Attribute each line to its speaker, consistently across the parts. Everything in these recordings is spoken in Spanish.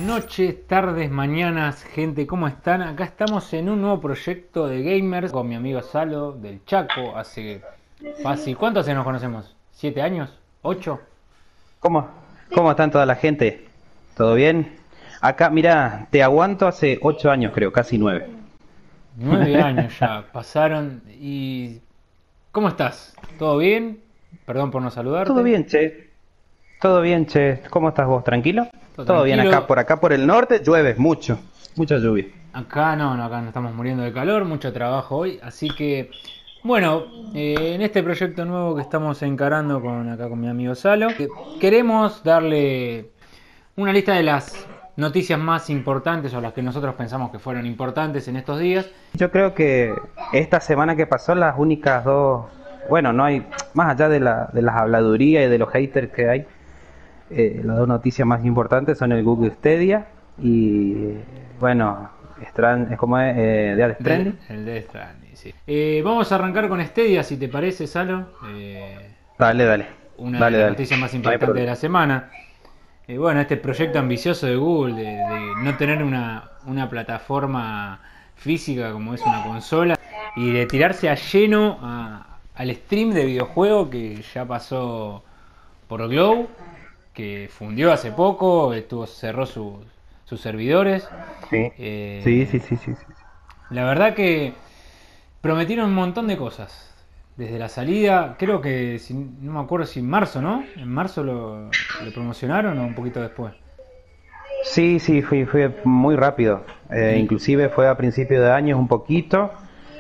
Speaker 1: noches, tardes, mañanas, gente, ¿cómo están? Acá estamos en un nuevo proyecto de gamers con mi amigo Salo del Chaco. Hace fácil, ¿cuántos años nos conocemos? ¿7 años? ¿8?
Speaker 2: ¿Cómo, cómo están toda la gente? ¿Todo bien? Acá, mira, te aguanto hace 8 años creo, casi 9.
Speaker 1: 9 años ya pasaron y... ¿Cómo estás? ¿Todo bien? Perdón por no
Speaker 2: Todo
Speaker 1: saludarte.
Speaker 2: bien, che. Todo bien, che. ¿Cómo estás vos? ¿Tranquilo?
Speaker 1: Todo
Speaker 2: Todo bien
Speaker 1: tranquilo.
Speaker 2: acá por el norte llueve mucho, mucha lluvia.
Speaker 1: Acá no, acá nos estamos muriendo de calor, mucho trabajo hoy, así que bueno, en este proyecto nuevo que estamos encarando con mi amigo Salo, queremos darle una lista de las noticias más importantes o las que nosotros pensamos que fueron importantes en estos días.
Speaker 2: Yo creo que esta semana que pasó las únicas dos, bueno, no hay, más allá de las habladurías y de los haters que hay, las dos noticias más importantes son el Google Stadia y, bueno, es como es, Death Stranding.
Speaker 1: El Death Stranding, sí. Vamos a arrancar con Stadia, si te parece, Salo.
Speaker 2: Dale, dale,
Speaker 1: Una de
Speaker 2: dale,
Speaker 1: las
Speaker 2: dale.
Speaker 1: noticias más
Speaker 2: No hay
Speaker 1: importantes de
Speaker 2: problema.
Speaker 1: la semana. Bueno, este proyecto ambicioso de Google de no tener una plataforma física como es una consola y de tirarse a lleno al stream de videojuego que ya pasó por Glow, que fundió hace poco, cerró sus servidores.
Speaker 2: Sí, sí,
Speaker 1: Eh,
Speaker 2: sí, sí, sí, sí.
Speaker 1: la verdad que prometieron un montón de cosas. Desde la salida, creo que, no me acuerdo si en marzo, ¿no? En marzo lo promocionaron o un poquito después.
Speaker 2: Sí, sí, fue muy rápido.
Speaker 1: Y,
Speaker 2: Inclusive fue a principio de año un poquito.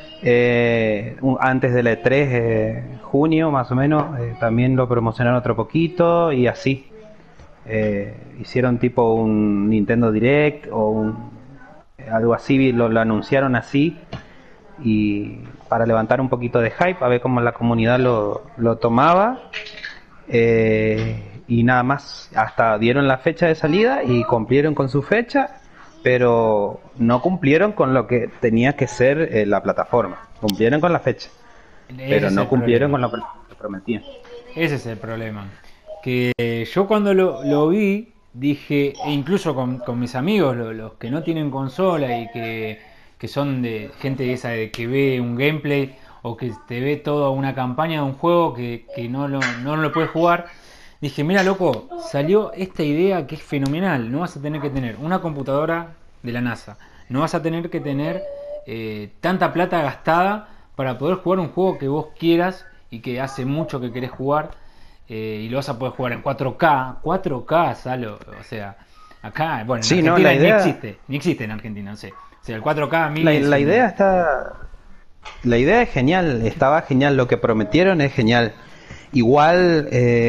Speaker 2: Antes del E3, junio más o menos, también lo promocionaron otro poquito y así. Hicieron tipo un Nintendo Direct o algo así, lo anunciaron así y para levantar un poquito de hype, a ver cómo la comunidad lo tomaba. Y nada más, hasta dieron la fecha de salida y cumplieron con su fecha, pero no cumplieron con lo que tenía que ser la plataforma. Cumplieron con la fecha,
Speaker 1: ese
Speaker 2: pero
Speaker 1: es
Speaker 2: no
Speaker 1: el
Speaker 2: cumplieron con
Speaker 1: problema.
Speaker 2: lo que prometían.
Speaker 1: Ese es el problema. Que yo cuando lo vi, dije, e incluso con mis amigos, los que no tienen consola y que son de gente de esa de que ve un gameplay o que te ve toda una campaña de un juego que no lo puedes jugar, dije, mira loco, salió esta idea que es fenomenal. No vas a tener que tener una computadora de la NASA, no vas a tener que tener tanta plata gastada para poder jugar un juego que vos quieras y que hace mucho que querés jugar, y lo vas a poder jugar en 4K, 4K, Salo, o sea, acá, bueno, en
Speaker 2: Sí, no,
Speaker 1: Argentina ni existe en Argentina, no sé, o sea, el 4K a mí es
Speaker 2: la
Speaker 1: un...
Speaker 2: idea está, la idea es genial, estaba genial, lo que prometieron es genial. Igual,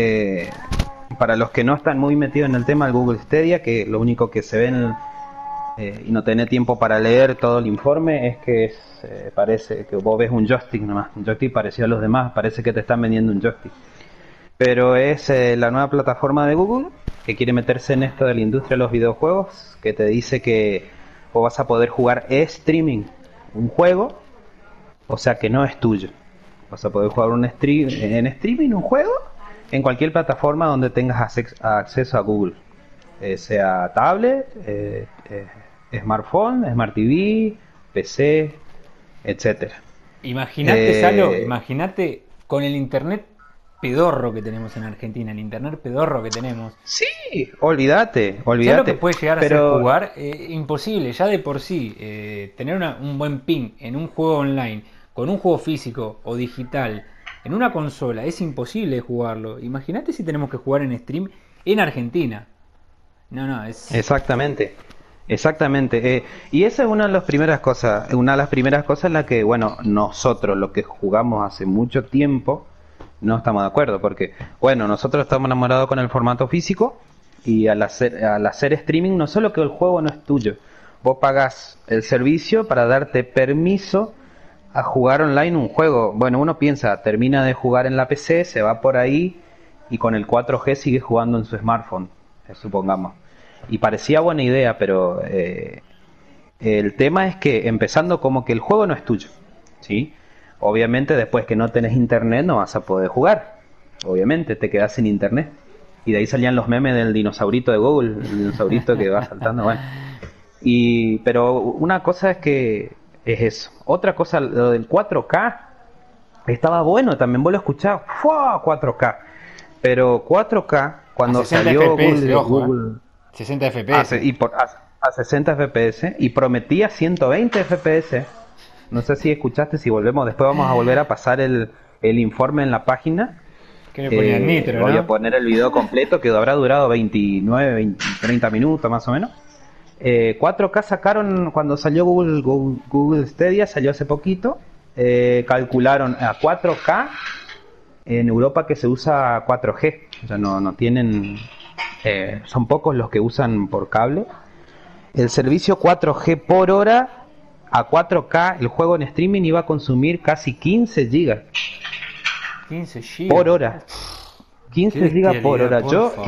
Speaker 2: para los que no están muy metidos en el tema del Google Stadia, que lo único que se ven y no tener tiempo para leer todo el informe es que parece que vos ves un joystick nomás, un joystick parecido a los demás, parece que te están vendiendo un joystick. Pero es la nueva plataforma de Google que quiere meterse en esto de la industria de los videojuegos, que te dice que vos vas a poder jugar streaming un juego, o sea que no es tuyo. Vas a poder jugar en streaming un juego en cualquier plataforma donde tengas acceso a Google, sea tablet, smartphone, smart TV, PC, etcétera.
Speaker 1: Imagínate, Salo,
Speaker 2: Eh,
Speaker 1: imagínate con el internet pedorro que tenemos en Argentina, el internet pedorro que tenemos.
Speaker 2: sí, olvídate,
Speaker 1: ¿Sabes lo que
Speaker 2: olvídate.
Speaker 1: puede llegar a ser
Speaker 2: Pero
Speaker 1: jugar? Imposible, ya de por sí, tener un buen ping en un juego online, con un juego físico o digital, en una consola, es imposible jugarlo. Imagínate si tenemos que jugar en stream en Argentina. No, no, es...
Speaker 2: exactamente, exactamente. Y esa es una de las primeras cosas en la que, bueno, nosotros, lo que jugamos hace mucho tiempo, no estamos de acuerdo, porque, bueno, nosotros estamos enamorados con el formato físico y al hacer streaming, no solo que el juego no es tuyo, vos pagas el servicio para darte permiso a jugar online un juego. Bueno, uno piensa, termina de jugar en la PC, se va por ahí y con el 4G sigue jugando en su smartphone, supongamos. Y parecía buena idea, pero el tema es que empezando como que el juego no es tuyo, ¿sí? Obviamente después que no tenés internet no vas a poder jugar. Obviamente te quedas sin internet. Y de ahí salían los memes del dinosaurito de Google, el dinosaurito que va saltando, bueno. Pero una cosa es que es eso. Otra cosa, lo del 4K, estaba bueno también, vos lo escuchabas, ¡fua! 4K. Pero 4K, cuando salió
Speaker 1: FPS,
Speaker 2: Google
Speaker 1: 60 FPS.
Speaker 2: A 60 FPS y prometía 120 FPS. No sé si escuchaste, si volvemos, después vamos a volver a pasar el informe en la página.
Speaker 1: Que le ponía el nitro,
Speaker 2: voy
Speaker 1: ¿no?
Speaker 2: a poner el video completo que habrá durado 29, 20, 30 minutos más o menos. 4K sacaron cuando salió Google Stadia, salió hace poquito. Calcularon a 4K en Europa que se usa 4G. O sea, no tienen... son pocos los que usan por cable. El servicio 4G por hora a 4K, el juego en streaming iba a consumir casi 15 gigas
Speaker 1: 15 gigas
Speaker 2: por hora. 15 gigas por hora.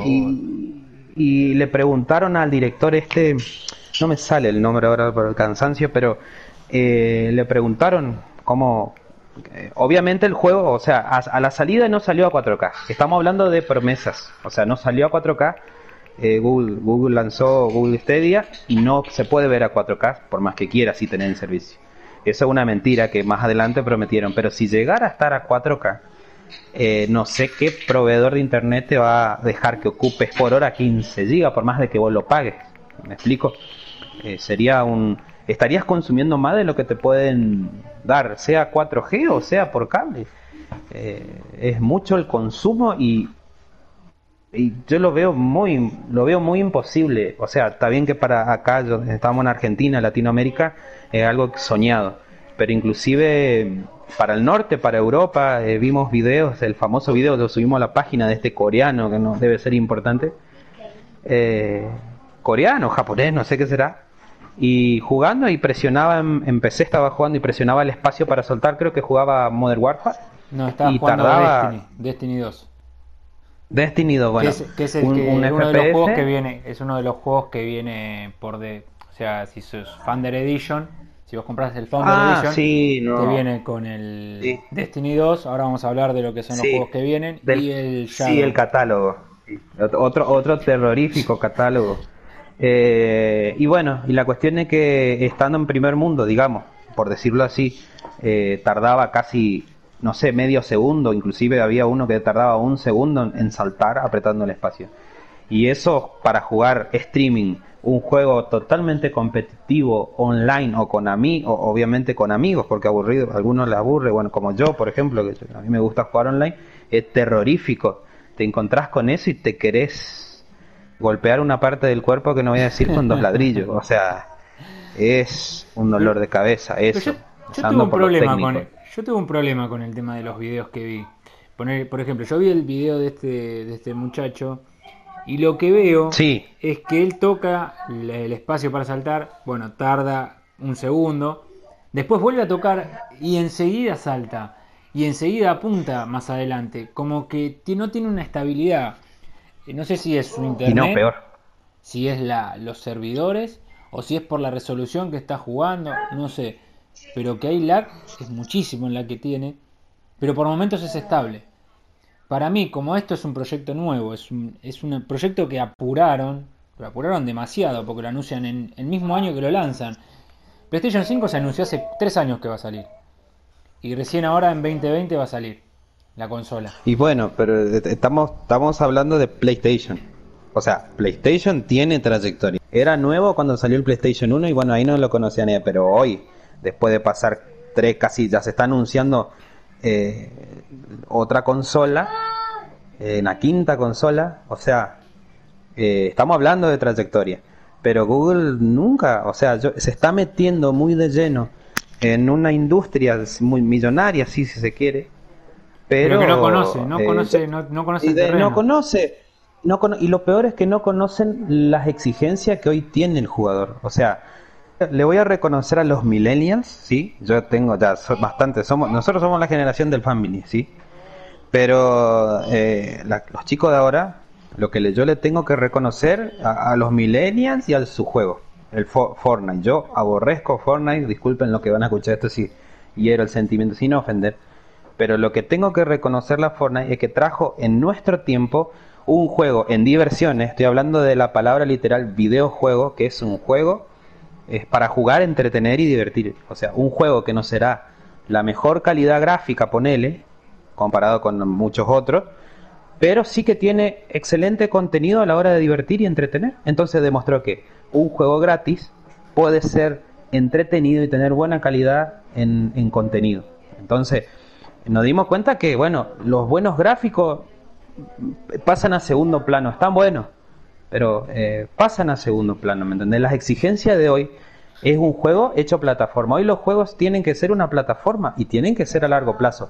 Speaker 2: Y le preguntaron al director no me sale el nombre ahora por el cansancio, pero le preguntaron cómo... obviamente el juego, o sea, a la salida no salió a 4K. Estamos hablando de promesas. O sea, no salió a 4K. Google lanzó Google Stadia y no se puede ver a 4K por más que quiera si tener el servicio. Eso es una mentira que más adelante prometieron. Pero si llegara a estar a 4K, no sé qué proveedor de internet te va a dejar que ocupes por hora 15 gigas por más de que vos lo pagues. ¿Me explico? Estarías consumiendo más de lo que te pueden dar, sea 4G o sea por cable. Es mucho el consumo y yo lo veo muy imposible. O sea, está bien que para acá, estamos en Argentina, Latinoamérica, es algo soñado, pero inclusive para el norte, para Europa, vimos videos, el famoso video lo subimos a la página de este coreano, que no debe ser importante, coreano, japonés, no sé qué será, y jugando y presionaba en PC, estaba jugando y presionaba el espacio para soltar, creo que jugaba Modern Warfare.
Speaker 1: No, estaba
Speaker 2: y
Speaker 1: jugando
Speaker 2: tardaba...
Speaker 1: Destiny 2.
Speaker 2: Destiny 2, bueno,
Speaker 1: que es uno de los juegos que viene, es uno de los juegos que viene o sea, si sos Founder Edition, si vos compras el Founder Edition,
Speaker 2: sí, no.
Speaker 1: te viene con el
Speaker 2: Sí.
Speaker 1: Destiny 2. Ahora vamos a hablar de lo que son los juegos que vienen y el Shadow.
Speaker 2: Sí, el catálogo. Sí. Otro terrorífico catálogo. Y bueno, y la cuestión es que estando en primer mundo, digamos, por decirlo así, tardaba casi, no sé, medio segundo, inclusive había uno que tardaba un segundo en saltar apretando el espacio. Y eso para jugar streaming, un juego totalmente competitivo online o obviamente con amigos, porque aburrido, a algunos les aburre, bueno, como yo, por ejemplo, que a mí me gusta jugar online, es terrorífico. Te encontrás con eso y te querés golpear una parte del cuerpo que no voy a decir con 2 ladrillos. O sea, es un dolor de cabeza eso.
Speaker 1: Yo tuve un problema con el tema de los videos que vi. Por ejemplo, yo vi el video de este muchacho y lo que veo es que él toca el espacio para saltar, bueno, tarda un segundo, después vuelve a tocar y enseguida salta y enseguida apunta más adelante, como que no tiene una estabilidad. No sé si es su internet,
Speaker 2: y no, peor.
Speaker 1: si es los servidores o si es por la resolución que está jugando, no sé. Pero que hay lag, es muchísimo en la que tiene, pero por momentos es estable. Para mí, como esto es un proyecto nuevo, es un proyecto que apuraron demasiado, porque lo anuncian en el mismo año que lo lanzan. PlayStation 5 se anunció hace 3 años que va a salir, y recién ahora en 2020 va a salir la consola.
Speaker 2: Y bueno, pero estamos hablando de PlayStation. O sea, PlayStation tiene trayectoria. Era nuevo cuando salió el PlayStation 1 y bueno, ahí no lo conocían nadie, pero hoy, después de pasar 3, casi ya se está anunciando otra consola, una quinta consola, o sea, estamos hablando de trayectoria, pero Google nunca, o sea, se está metiendo muy de lleno en una industria muy millonaria, sí, si se quiere, pero
Speaker 1: que no conoce el terreno.
Speaker 2: Y lo peor es que no conocen las exigencias que hoy tiene el jugador, o sea, le voy a reconocer a los millennials, sí, yo tengo ya bastante, nosotros somos la generación del family, sí, pero los chicos de ahora, lo que yo le tengo que reconocer a los millennials y a su juego, el Fortnite. Yo aborrezco Fortnite, disculpen lo que van a escuchar esto si hiero el sentimiento, sin ofender, pero lo que tengo que reconocerle a Fortnite es que trajo en nuestro tiempo un juego en diversiones, estoy hablando de la palabra literal videojuego, que es un juego, es para jugar, entretener y divertir. O sea, un juego que no será la mejor calidad gráfica, ponele, comparado con muchos otros, pero sí que tiene excelente contenido a la hora de divertir y entretener. Entonces demostró que un juego gratis puede ser entretenido y tener buena calidad en contenido. Entonces nos dimos cuenta que, bueno, los buenos gráficos pasan a segundo plano, están buenos, pero pasan a segundo plano, ¿me entendés? Las exigencias de hoy es un juego hecho plataforma. Hoy los juegos tienen que ser una plataforma y tienen que ser a largo plazo.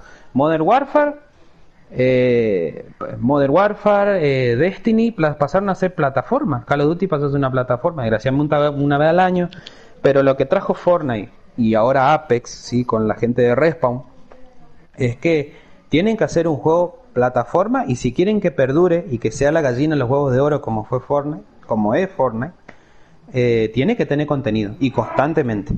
Speaker 2: Modern Warfare, Destiny pasaron a ser plataformas. Call of Duty pasó a ser una plataforma, desgraciadamente una vez al año. Pero lo que trajo Fortnite y ahora Apex, sí, con la gente de Respawn, es que tienen que hacer un juego plataforma, y si quieren que perdure y que sea la gallina de los huevos de oro como fue Fortnite, como es Fortnite, tiene que tener contenido y constantemente.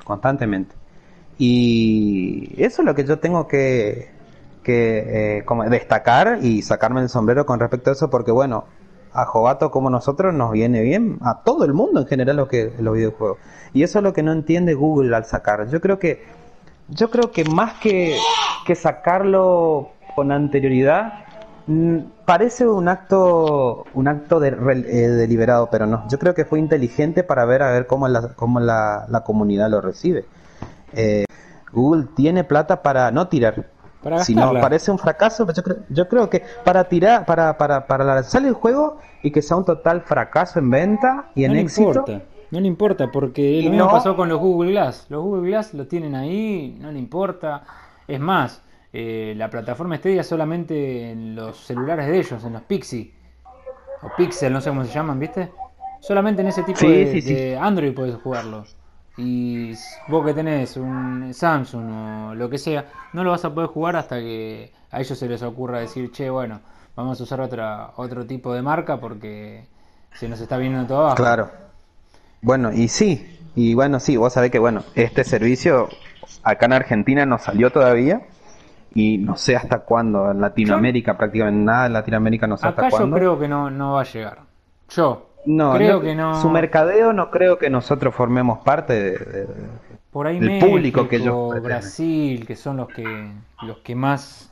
Speaker 2: Y eso es lo que yo tengo que como destacar y sacarme el sombrero con respecto a eso, porque bueno, a Jovato como nosotros nos viene bien, a todo el mundo en general los videojuegos, y eso es lo que no entiende Google al sacar. Yo creo que más que sacarlo con anterioridad, parece un acto deliberado, pero no. Yo creo que fue inteligente para ver a ver cómo la comunidad lo recibe. Google tiene plata para no tirar.
Speaker 1: Para
Speaker 2: Si no
Speaker 1: gastarla.
Speaker 2: parece un fracaso, pero yo creo que para tirar, para lanzar el juego y que sea un total fracaso en venta y en éxito.
Speaker 1: No le importa, porque lo mismo pasó con los Google Glass. Los Google Glass lo tienen ahí, no le importa. Es más, la plataforma Stadia solamente en los celulares de ellos, en los Pixie o Pixel, no sé cómo se llaman, ¿viste? Solamente en ese tipo de Android puedes jugarlo. Y vos que tenés un Samsung o lo que sea, no lo vas a poder jugar hasta que a ellos se les ocurra decir, che, bueno, vamos a usar otro tipo de marca porque se nos está viniendo todo abajo.
Speaker 2: Claro. Bueno, y bueno, sí, vos sabés que bueno, este servicio acá en Argentina no salió todavía y no sé hasta cuándo. En Latinoamérica prácticamente nada, en Latinoamérica no sé hasta
Speaker 1: Acá yo
Speaker 2: cuándo.
Speaker 1: creo que no va a llegar. Yo
Speaker 2: No,
Speaker 1: creo que no.
Speaker 2: su mercadeo no creo que nosotros formemos parte
Speaker 1: Por ahí
Speaker 2: del público que ellos
Speaker 1: México,
Speaker 2: pretenden.
Speaker 1: Brasil, que son los que más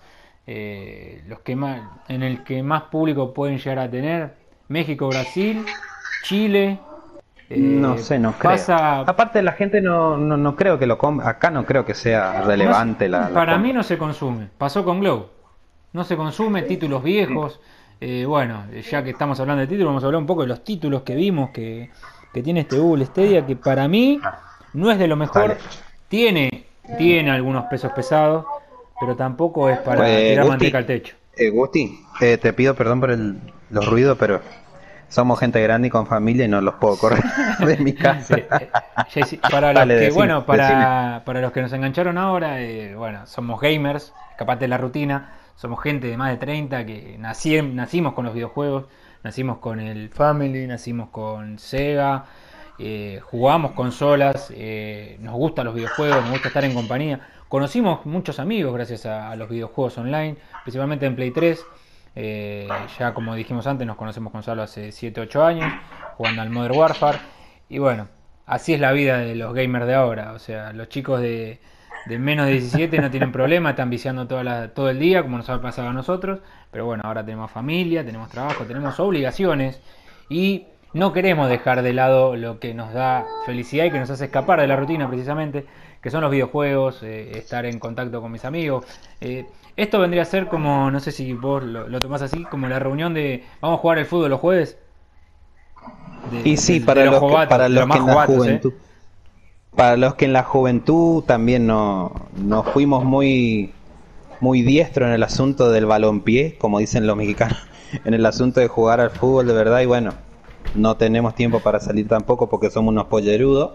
Speaker 1: en el que más público pueden llegar a tener. México, Brasil, Chile.
Speaker 2: No sé, no creo.
Speaker 1: Pasa.
Speaker 2: Aparte la gente no creo que lo compre. Acá no creo que sea relevante la
Speaker 1: Para mí
Speaker 2: compra.
Speaker 1: no se consume. Pasó con Glow. No se consume títulos viejos. Bueno, ya que estamos hablando de títulos, vamos a hablar un poco de los títulos que vimos que tiene este Google Stadia, que para mí no es de lo mejor.
Speaker 2: Dale.
Speaker 1: Tiene algunos pesos pesados, pero tampoco es para
Speaker 2: Pues,
Speaker 1: tirar
Speaker 2: Gusti,
Speaker 1: manteca al techo.
Speaker 2: Gusti, te pido perdón por los ruidos, pero somos gente grande y con familia y no los puedo correr de mi casa.
Speaker 1: Jessy, para los
Speaker 2: Dale,
Speaker 1: que,
Speaker 2: decime,
Speaker 1: bueno,
Speaker 2: decime.
Speaker 1: para los que nos engancharon ahora, bueno, somos gamers, escapate de la rutina, somos gente de más de 30 que nacimos con los videojuegos, nacimos con el Family, nacimos con Sega, jugamos consolas, nos gustan los videojuegos, nos gusta estar en compañía. Conocimos muchos amigos gracias a los videojuegos online, principalmente en Play 3. Ya como dijimos antes, nos conocemos con Salo hace 7-8 años, jugando al Modern Warfare. Y bueno, así es la vida de los gamers de ahora. O sea, los chicos de menos de 17 no tienen problema, están viciando todo el día, como nos ha pasado a nosotros. Pero bueno, ahora tenemos familia, tenemos trabajo, tenemos obligaciones. Y no queremos dejar de lado lo que nos da felicidad y que nos hace escapar de la rutina precisamente, que son los videojuegos, estar en contacto con mis amigos. Esto vendría a ser como, no sé si vos lo tomás así, como la reunión de vamos a jugar el fútbol los jueves.
Speaker 2: Y sí,
Speaker 1: De los jovatos,
Speaker 2: para
Speaker 1: de
Speaker 2: los
Speaker 1: los más
Speaker 2: que en la
Speaker 1: jovatos,
Speaker 2: juventud, para los que en la juventud también no fuimos muy diestros en el asunto del balompié, como dicen los mexicanos, en el asunto de jugar al fútbol de verdad, y bueno, no tenemos tiempo para salir tampoco porque somos unos pollerudos.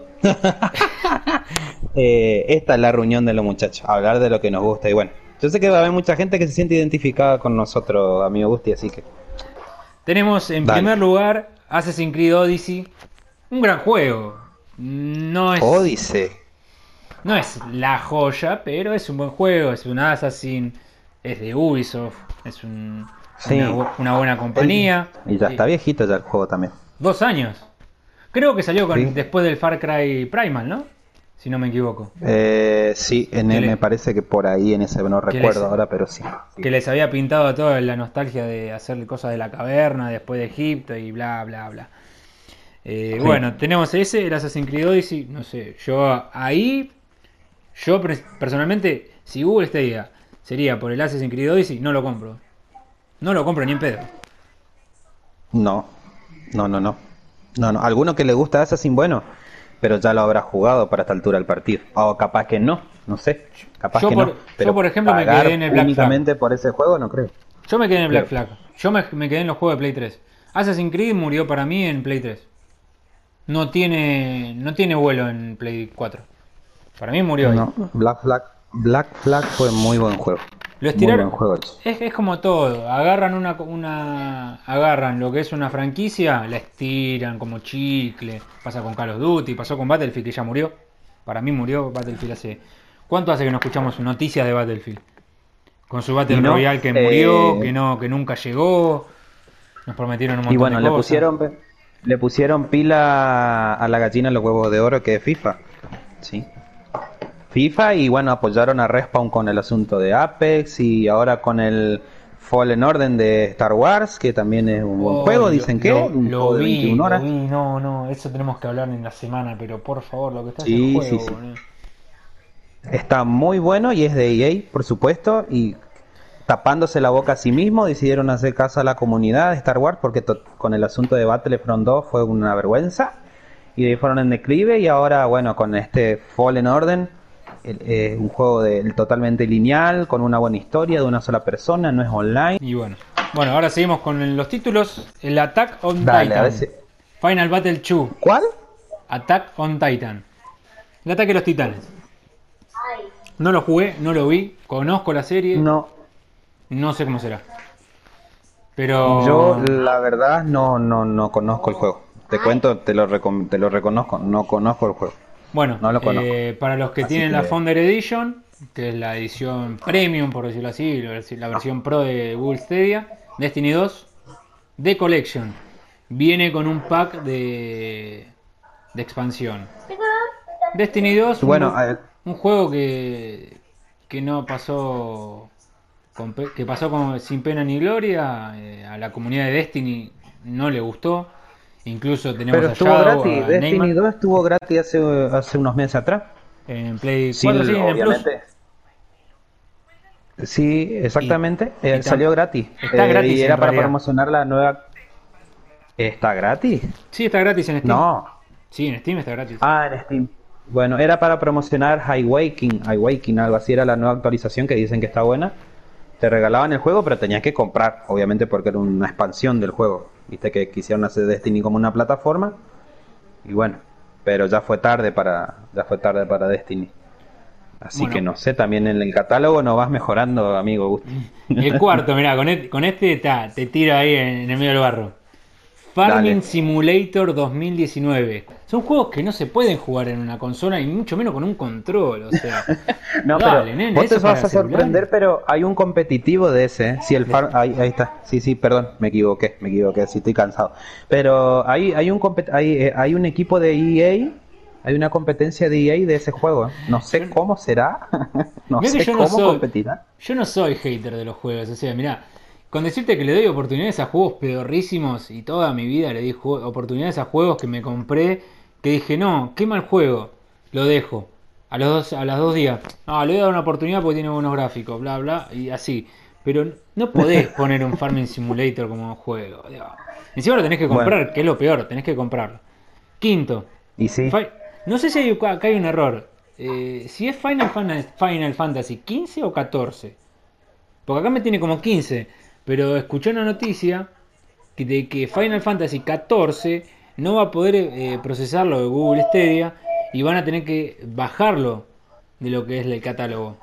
Speaker 2: Esta es la reunión de los muchachos, hablar de lo que nos gusta, y bueno, yo sé que va a haber mucha gente que se siente identificada con nosotros, amigo Gusti, así que
Speaker 1: Tenemos en
Speaker 2: dale.
Speaker 1: primer lugar Assassin's Creed Odyssey, un gran juego. No es,
Speaker 2: Odyssey.
Speaker 1: no es la joya, pero es un buen juego, es un Assassin, es de Ubisoft, es un
Speaker 2: Sí,
Speaker 1: una buena compañía.
Speaker 2: y ya está viejito ya el juego también.
Speaker 1: 2 años. Creo que salió
Speaker 2: Sí,
Speaker 1: después del Far Cry Primal, ¿no? Si no me equivoco.
Speaker 2: sí,
Speaker 1: Que,
Speaker 2: me parece que por ahí en ese no
Speaker 1: que les,
Speaker 2: recuerdo ahora, pero sí,
Speaker 1: que
Speaker 2: sí,
Speaker 1: les había pintado a toda la nostalgia de hacer cosas de la caverna después de Egipto y bla, bla, bla.
Speaker 2: sí.
Speaker 1: Bueno, tenemos ese, el Assassin's Creed Odyssey. No sé, yo personalmente, si Google Stadia sería por el Assassin's Creed Odyssey, no lo compro. No lo compro ni en pedo.
Speaker 2: No, no, no, no. No, no. Alguno que le gusta Assassin, bueno, pero ya lo habrá jugado para esta altura del partido. O capaz que no, no sé. Capaz que no.
Speaker 1: Yo
Speaker 2: Pero
Speaker 1: por ejemplo, me quedé
Speaker 2: pagar
Speaker 1: en el Black Flag.
Speaker 2: únicamente por ese juego, no creo.
Speaker 1: Yo me quedé en el Black
Speaker 2: Claro.
Speaker 1: Flag. Me quedé en los juegos de Play 3. Assassin's Creed murió para mí en Play 3. No tiene vuelo en Play 4. Para mí murió ahí.
Speaker 2: No, Black Flag fue muy buen juego.
Speaker 1: Lo
Speaker 2: Muy
Speaker 1: estiraron.
Speaker 2: buen juego hecho.
Speaker 1: Es como todo. Agarran lo que es una franquicia, la estiran como chicle. Pasa con Call of Duty, pasó con Battlefield que ya murió. Para mí murió Battlefield hace. ¿Cuánto hace que no escuchamos noticias de Battlefield? Con su Battle
Speaker 2: Y no,
Speaker 1: Royale que murió, que nunca llegó. Nos prometieron un
Speaker 2: y
Speaker 1: montón de
Speaker 2: bueno,
Speaker 1: cosas.
Speaker 2: le pusieron pila a la gallina los huevos de oro que es FIFA. Sí. FIFA y bueno, apoyaron a Respawn con el asunto de Apex y ahora con el Fallen Order de Star Wars, que también es un buen
Speaker 1: Oh,
Speaker 2: juego, dicen que un juego de 21 horas.
Speaker 1: no, eso tenemos que hablar en la semana, pero por favor, lo que está ese
Speaker 2: Sí, sí,
Speaker 1: juego,
Speaker 2: sí.
Speaker 1: boludo.
Speaker 2: Está muy bueno y es de EA, por supuesto, y tapándose la boca a sí mismo decidieron hacer caso a la comunidad de Star Wars porque con el asunto de Battlefront 2 fue una vergüenza y de ahí fueron en declive y ahora bueno, con este Fallen Order un juego totalmente lineal, con una buena historia de una sola persona, no es online.
Speaker 1: Y bueno, ahora seguimos con los títulos. El Attack on
Speaker 2: Dale, a
Speaker 1: Titan.
Speaker 2: ver si...
Speaker 1: Final Battle 2.
Speaker 2: ¿Cuál?
Speaker 1: Attack on Titan. El ataque de los titanes. No lo jugué, no lo vi, conozco la serie,
Speaker 2: No,
Speaker 1: no sé cómo será.
Speaker 2: yo
Speaker 1: Pero
Speaker 2: la verdad no conozco el juego. Te cuento, te lo reconozco, no conozco el juego.
Speaker 1: bueno,
Speaker 2: No lo conozco.
Speaker 1: para los que
Speaker 2: Así
Speaker 1: tienen la
Speaker 2: que...
Speaker 1: Founder Edition, que es la edición premium, por decirlo así, la versión pro de Google Stadia, Destiny 2, The Collection, viene con un pack de expansión. Destiny 2,
Speaker 2: Bueno,
Speaker 1: un juego que no pasó que pasó sin pena ni gloria, a la comunidad de Destiny no le gustó. Incluso tenemos
Speaker 2: pero
Speaker 1: a
Speaker 2: estuvo
Speaker 1: Shadow,
Speaker 2: gratis,
Speaker 1: a
Speaker 2: Destiny
Speaker 1: Neymar
Speaker 2: 2 estuvo gratis hace unos meses atrás.
Speaker 1: en Play
Speaker 2: Sí,
Speaker 1: 4, sí, en el Plus.
Speaker 2: obviamente. Sí,
Speaker 1: Y,
Speaker 2: exactamente.
Speaker 1: y
Speaker 2: Salió gratis.
Speaker 1: está gratis
Speaker 2: Y
Speaker 1: en
Speaker 2: era para
Speaker 1: realidad.
Speaker 2: promocionar la nueva. ¿Está gratis?
Speaker 1: Sí, está gratis en Steam.
Speaker 2: No.
Speaker 1: Sí, en Steam está gratis.
Speaker 2: Ah, en Steam. Bueno, era para promocionar Highwaking, algo así. Era la nueva actualización que dicen que está buena. Te regalaban el juego, pero tenías que comprar, obviamente, porque era una expansión del juego. Viste que quisieron hacer Destiny como una plataforma. Y bueno, pero ya fue tarde para Destiny. Así
Speaker 1: Bueno,
Speaker 2: que no sé, también en el catálogo no vas mejorando, amigo Gusti.
Speaker 1: el cuarto, mirá, con este te tiro ahí en el medio del barro. Farming
Speaker 2: Dale.
Speaker 1: Simulator 2019. Son juegos que no se pueden jugar en una consola y mucho menos con un control, o sea.
Speaker 2: No,
Speaker 1: Dale,
Speaker 2: pero
Speaker 1: nene,
Speaker 2: vos
Speaker 1: eso
Speaker 2: te
Speaker 1: es para
Speaker 2: vas a sorprender,
Speaker 1: celulares.
Speaker 2: pero hay un competitivo de ese, ¿eh? Si el ahí está. Sí, perdón, me equivoqué, sí estoy cansado. Pero hay un equipo de EA, hay una competencia de EA de ese juego, ¿eh? No sé
Speaker 1: Yo-
Speaker 2: cómo será, no
Speaker 1: Mirá que
Speaker 2: sé cómo competirá.
Speaker 1: yo no soy hater de los juegos, o sea, mirá, con decirte que le doy oportunidades a juegos pedorrísimos y toda mi vida le di oportunidades a juegos que me compré, que dije, no, qué mal juego, lo dejo. A las 2 días, no, le voy a dar una oportunidad porque tiene buenos gráficos, bla, bla, y así. Pero no podés poner un Farming Simulator como juego. Digo. Encima lo tenés que
Speaker 2: Bueno,
Speaker 1: comprar, que es lo peor, tenés que comprarlo. Quinto,
Speaker 2: y sí,
Speaker 1: no sé si acá hay un error. Si es Final Fantasy 15 o 14. Porque acá me tiene como 15. Pero escuché una noticia de que Final Fantasy 14 no va a poder procesarlo de Google Stadia y van a tener que bajarlo de lo que es el catálogo.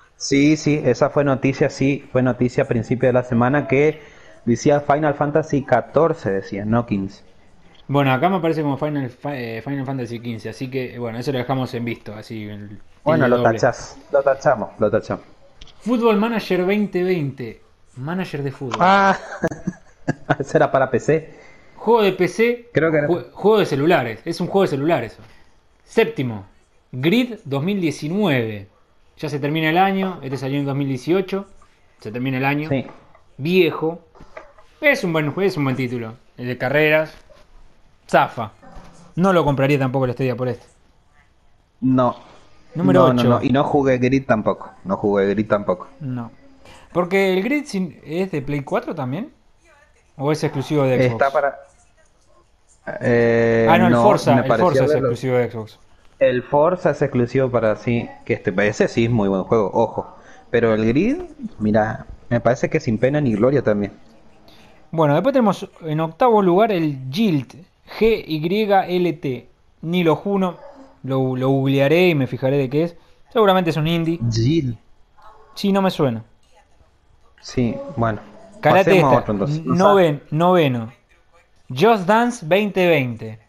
Speaker 2: sí, esa fue noticia a principio de la semana que decía Final Fantasy 14, decía, no 15.
Speaker 1: Bueno, acá me aparece como Final Fantasy 15, así que bueno, eso lo dejamos en visto, así el
Speaker 2: Bueno,
Speaker 1: tilde doble.
Speaker 2: lo tachamos.
Speaker 1: Football Manager 2020. Manager de fútbol.
Speaker 2: Ah, ese era para PC.
Speaker 1: Juego de PC,
Speaker 2: Creo que era.
Speaker 1: juego de celulares. Es un juego de celulares. Séptimo, Grid 2019. Ya se termina el año. Este salió en 2018. Se termina el año.
Speaker 2: Sí.
Speaker 1: Viejo. Es un buen juego, es un buen título. El de carreras. Zafa. No lo compraría tampoco el Stadia por este.
Speaker 2: No.
Speaker 1: Número
Speaker 2: No,
Speaker 1: 8.
Speaker 2: no. Y no jugué Grid tampoco. No jugué Grid tampoco.
Speaker 1: No. Porque el Grid es de Play 4 también. ¿O es exclusivo de Xbox?
Speaker 2: Está para.
Speaker 1: No, el Forza.
Speaker 2: me
Speaker 1: El
Speaker 2: pareció
Speaker 1: Forza es
Speaker 2: verlo.
Speaker 1: exclusivo de Xbox.
Speaker 2: El Forza es exclusivo para sí. Que ese sí es muy buen juego, ojo. Pero el Grid, mira, me parece que sin pena ni gloria también.
Speaker 1: Bueno, después tenemos en octavo lugar el Gylt. Gylt. Ni lo juno. Lo googlearé y me fijaré de qué es. Seguramente es un indie.
Speaker 2: Jill.
Speaker 1: Sí, no me suena.
Speaker 2: Sí, bueno.
Speaker 1: Karate
Speaker 2: Pasemos a
Speaker 1: esta.
Speaker 2: otro entonces. No sabe.
Speaker 1: Noveno. Just Dance 2020.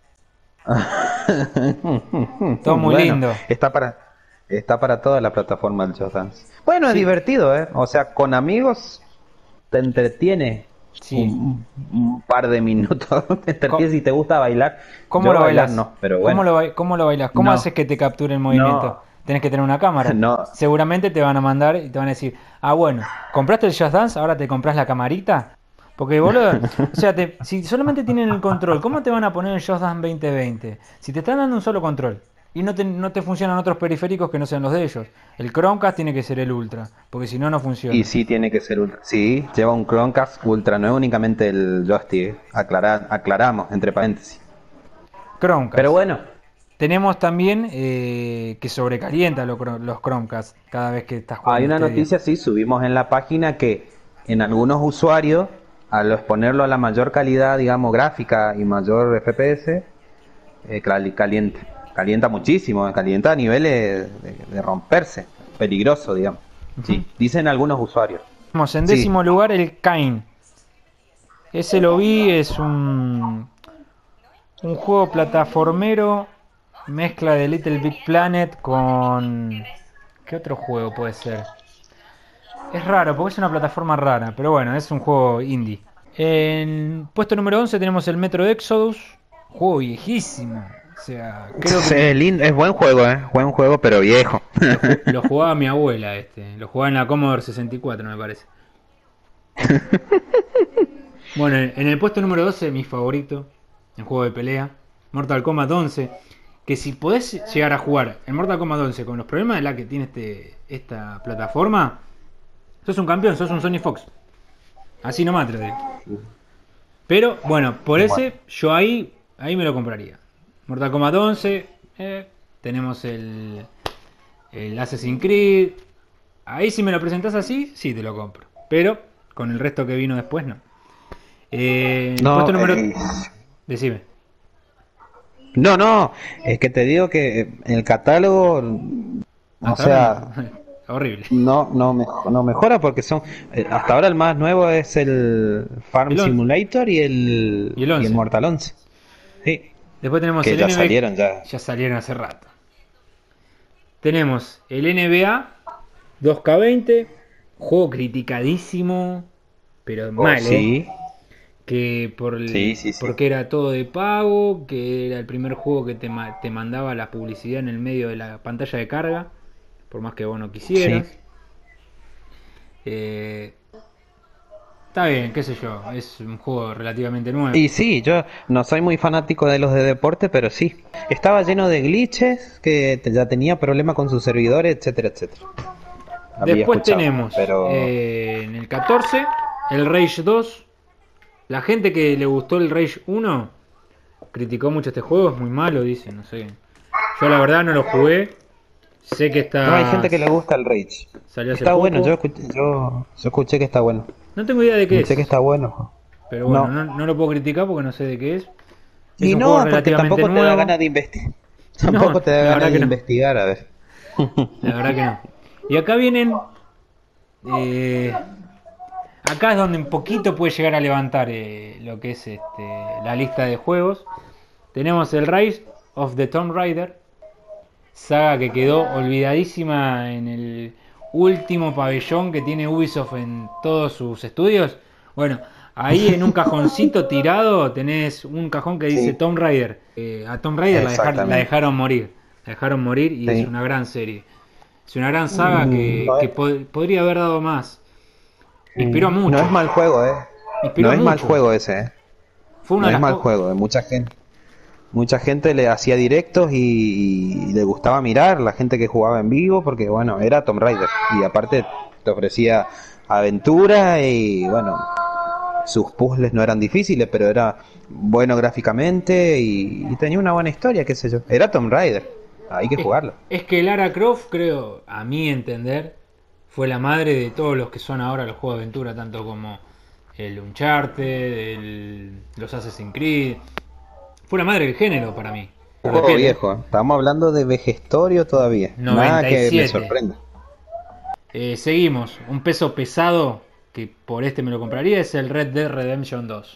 Speaker 1: Todo muy
Speaker 2: Bueno,
Speaker 1: lindo.
Speaker 2: está para toda la plataforma el Just Dance. Bueno, es
Speaker 1: Sí.
Speaker 2: divertido, ¿eh? O sea, con amigos te entretiene
Speaker 1: Sí.
Speaker 2: un par de minutos. Te entretiene si te gusta bailar.
Speaker 1: ¿Cómo
Speaker 2: Yo
Speaker 1: lo
Speaker 2: bailar
Speaker 1: bailas?
Speaker 2: no, pero bueno.
Speaker 1: ¿Cómo lo bailas? ¿Cómo
Speaker 2: No.
Speaker 1: haces que te capture el movimiento?
Speaker 2: No.
Speaker 1: Tenés que tener una cámara.
Speaker 2: No.
Speaker 1: Seguramente te van a mandar y te van a decir, bueno, compraste el Just Dance, ahora te compras la camarita. Porque, boludo, o sea, si solamente tienen el control, ¿cómo te van a poner el Just Dance 2020? Si te están dando un solo control y no te funcionan otros periféricos que no sean los de ellos. El Chromecast tiene que ser el Ultra, porque si no, no funciona.
Speaker 2: Y sí, tiene que ser ultra. Sí, lleva un Chromecast Ultra, no es únicamente el joystick. Aclaramos, entre paréntesis.
Speaker 1: Chromecast.
Speaker 2: Pero bueno,
Speaker 1: Tenemos también que sobrecalienta los Chromecast cada vez que estás jugando.
Speaker 2: hay una
Speaker 1: Stadia.
Speaker 2: noticia, sí, subimos en la página que en algunos usuarios, al exponerlo a la mayor calidad, digamos, gráfica y mayor FPS, calienta muchísimo, calienta a niveles de romperse, peligroso, digamos. Sí, dicen algunos usuarios.
Speaker 1: Tenemos en
Speaker 2: Sí.
Speaker 1: décimo lugar el Kain. Ese lo vi, es un juego plataformero, mezcla de Little Big Planet con... ¿Qué otro juego puede ser? Es raro, porque es una plataforma rara, pero bueno, es un juego indie. En puesto número 11 tenemos el Metro Exodus, juego viejísimo. O sea, creo que
Speaker 2: Es buen juego, pero viejo.
Speaker 1: lo jugaba mi abuela lo jugaba en la Commodore 64, me parece. Bueno, en el puesto número 12, mi favorito, en juego de pelea, Mortal Kombat 11. Que si podés llegar a jugar en Mortal Kombat 11 con los problemas de la que tiene esta plataforma, sos un campeón, sos un Sony Fox. Así nomás te lo digo. Pero bueno, por ese yo ahí me lo compraría. Mortal Kombat 11, tenemos el Assassin's Creed. Ahí si me lo presentás así, sí te lo compro. Pero con el resto que vino después no.
Speaker 2: No,
Speaker 1: Puesto número... Decime.
Speaker 2: No, es que te digo que el catálogo, o
Speaker 1: Hasta
Speaker 2: sea,
Speaker 1: ahora no. Horrible.
Speaker 2: no mejora porque son, hasta ahora el más nuevo es el Farm
Speaker 1: El on-
Speaker 2: Simulator y
Speaker 1: Y el 11.
Speaker 2: el Mortal 11. Sí,
Speaker 1: Después tenemos
Speaker 2: que
Speaker 1: el
Speaker 2: ya
Speaker 1: NBA.
Speaker 2: salieron ya.
Speaker 1: Ya salieron hace rato. Tenemos el NBA 2K20, juego criticadísimo, pero mal,
Speaker 2: Sí,
Speaker 1: que
Speaker 2: Sí.
Speaker 1: porque era todo de pago, que era el primer juego que te mandaba la publicidad en el medio de la pantalla de carga, por más que vos no quisieras.
Speaker 2: Sí.
Speaker 1: Está bien, qué sé yo, es un juego relativamente nuevo.
Speaker 2: Y sí, yo no soy muy fanático de los de deporte, pero sí. Estaba lleno de glitches, que ya tenía problemas con sus servidores, etcétera, etcétera. Había
Speaker 1: Después
Speaker 2: escuchado,
Speaker 1: tenemos
Speaker 2: pero
Speaker 1: en el 14 el Rage 2. La gente que le gustó el Rage 1 criticó mucho este juego, es muy malo, dicen, no sé. Yo la verdad no lo jugué. Sé que está...
Speaker 2: no hay gente que le gusta el Rage.
Speaker 1: Salió hace
Speaker 2: Está
Speaker 1: poco.
Speaker 2: bueno, yo escuché que está bueno.
Speaker 1: No tengo idea de qué
Speaker 2: Escuché
Speaker 1: es.
Speaker 2: que está bueno.
Speaker 1: Pero bueno,
Speaker 2: No.
Speaker 1: no lo puedo criticar porque no sé de qué es. Es
Speaker 2: Y
Speaker 1: un
Speaker 2: no,
Speaker 1: juego
Speaker 2: porque
Speaker 1: relativamente
Speaker 2: tampoco te da
Speaker 1: nuevo.
Speaker 2: ganas de investigar. Tampoco te da
Speaker 1: la
Speaker 2: ganas
Speaker 1: verdad
Speaker 2: de
Speaker 1: que no.
Speaker 2: investigar, a ver.
Speaker 1: La verdad que no. Y acá vienen... acá es donde un poquito puede llegar a levantar lo que es la lista de juegos. Tenemos el Rise of the Tomb Raider, saga que quedó olvidadísima en el último pabellón que tiene Ubisoft en todos sus estudios. Bueno, ahí en un cajoncito tirado tenés un cajón que dice
Speaker 2: Sí,
Speaker 1: Tomb Raider. A Tomb Raider la
Speaker 2: exactamente.
Speaker 1: dejaron morir. La dejaron morir y es
Speaker 2: Sí.
Speaker 1: una gran serie. Es una gran saga
Speaker 2: No
Speaker 1: que
Speaker 2: es,
Speaker 1: podría haber dado más. Inspiró a
Speaker 2: no es
Speaker 1: muchos.
Speaker 2: mal juego, ¿eh?
Speaker 1: Inspiró
Speaker 2: No
Speaker 1: a
Speaker 2: es mal
Speaker 1: muchos.
Speaker 2: juego ese, ¿eh?
Speaker 1: Fue una
Speaker 2: No
Speaker 1: de
Speaker 2: es
Speaker 1: las
Speaker 2: mal
Speaker 1: cosas.
Speaker 2: juego. Mucha gente le hacía directos y le gustaba mirar la gente que jugaba en vivo porque, bueno, era Tomb Raider. Y aparte te ofrecía aventura y, bueno, sus puzzles no eran difíciles, pero era bueno gráficamente y tenía una buena historia, qué sé yo. Era Tomb Raider. Hay que jugarlo.
Speaker 1: Es que Lara Croft, creo, a mi entender, fue la madre de todos los que son ahora los juegos de aventura, tanto como el Uncharted, los Assassin's Creed. Fue la madre del género para mí.
Speaker 2: Un
Speaker 1: Te
Speaker 2: juego
Speaker 1: repito,
Speaker 2: viejo, ¿eh? Estamos hablando de Vejestorio todavía. Nada que me
Speaker 1: 97.
Speaker 2: sorprenda.
Speaker 1: Seguimos. Un peso pesado que por este me lo compraría es el Red Dead Redemption 2.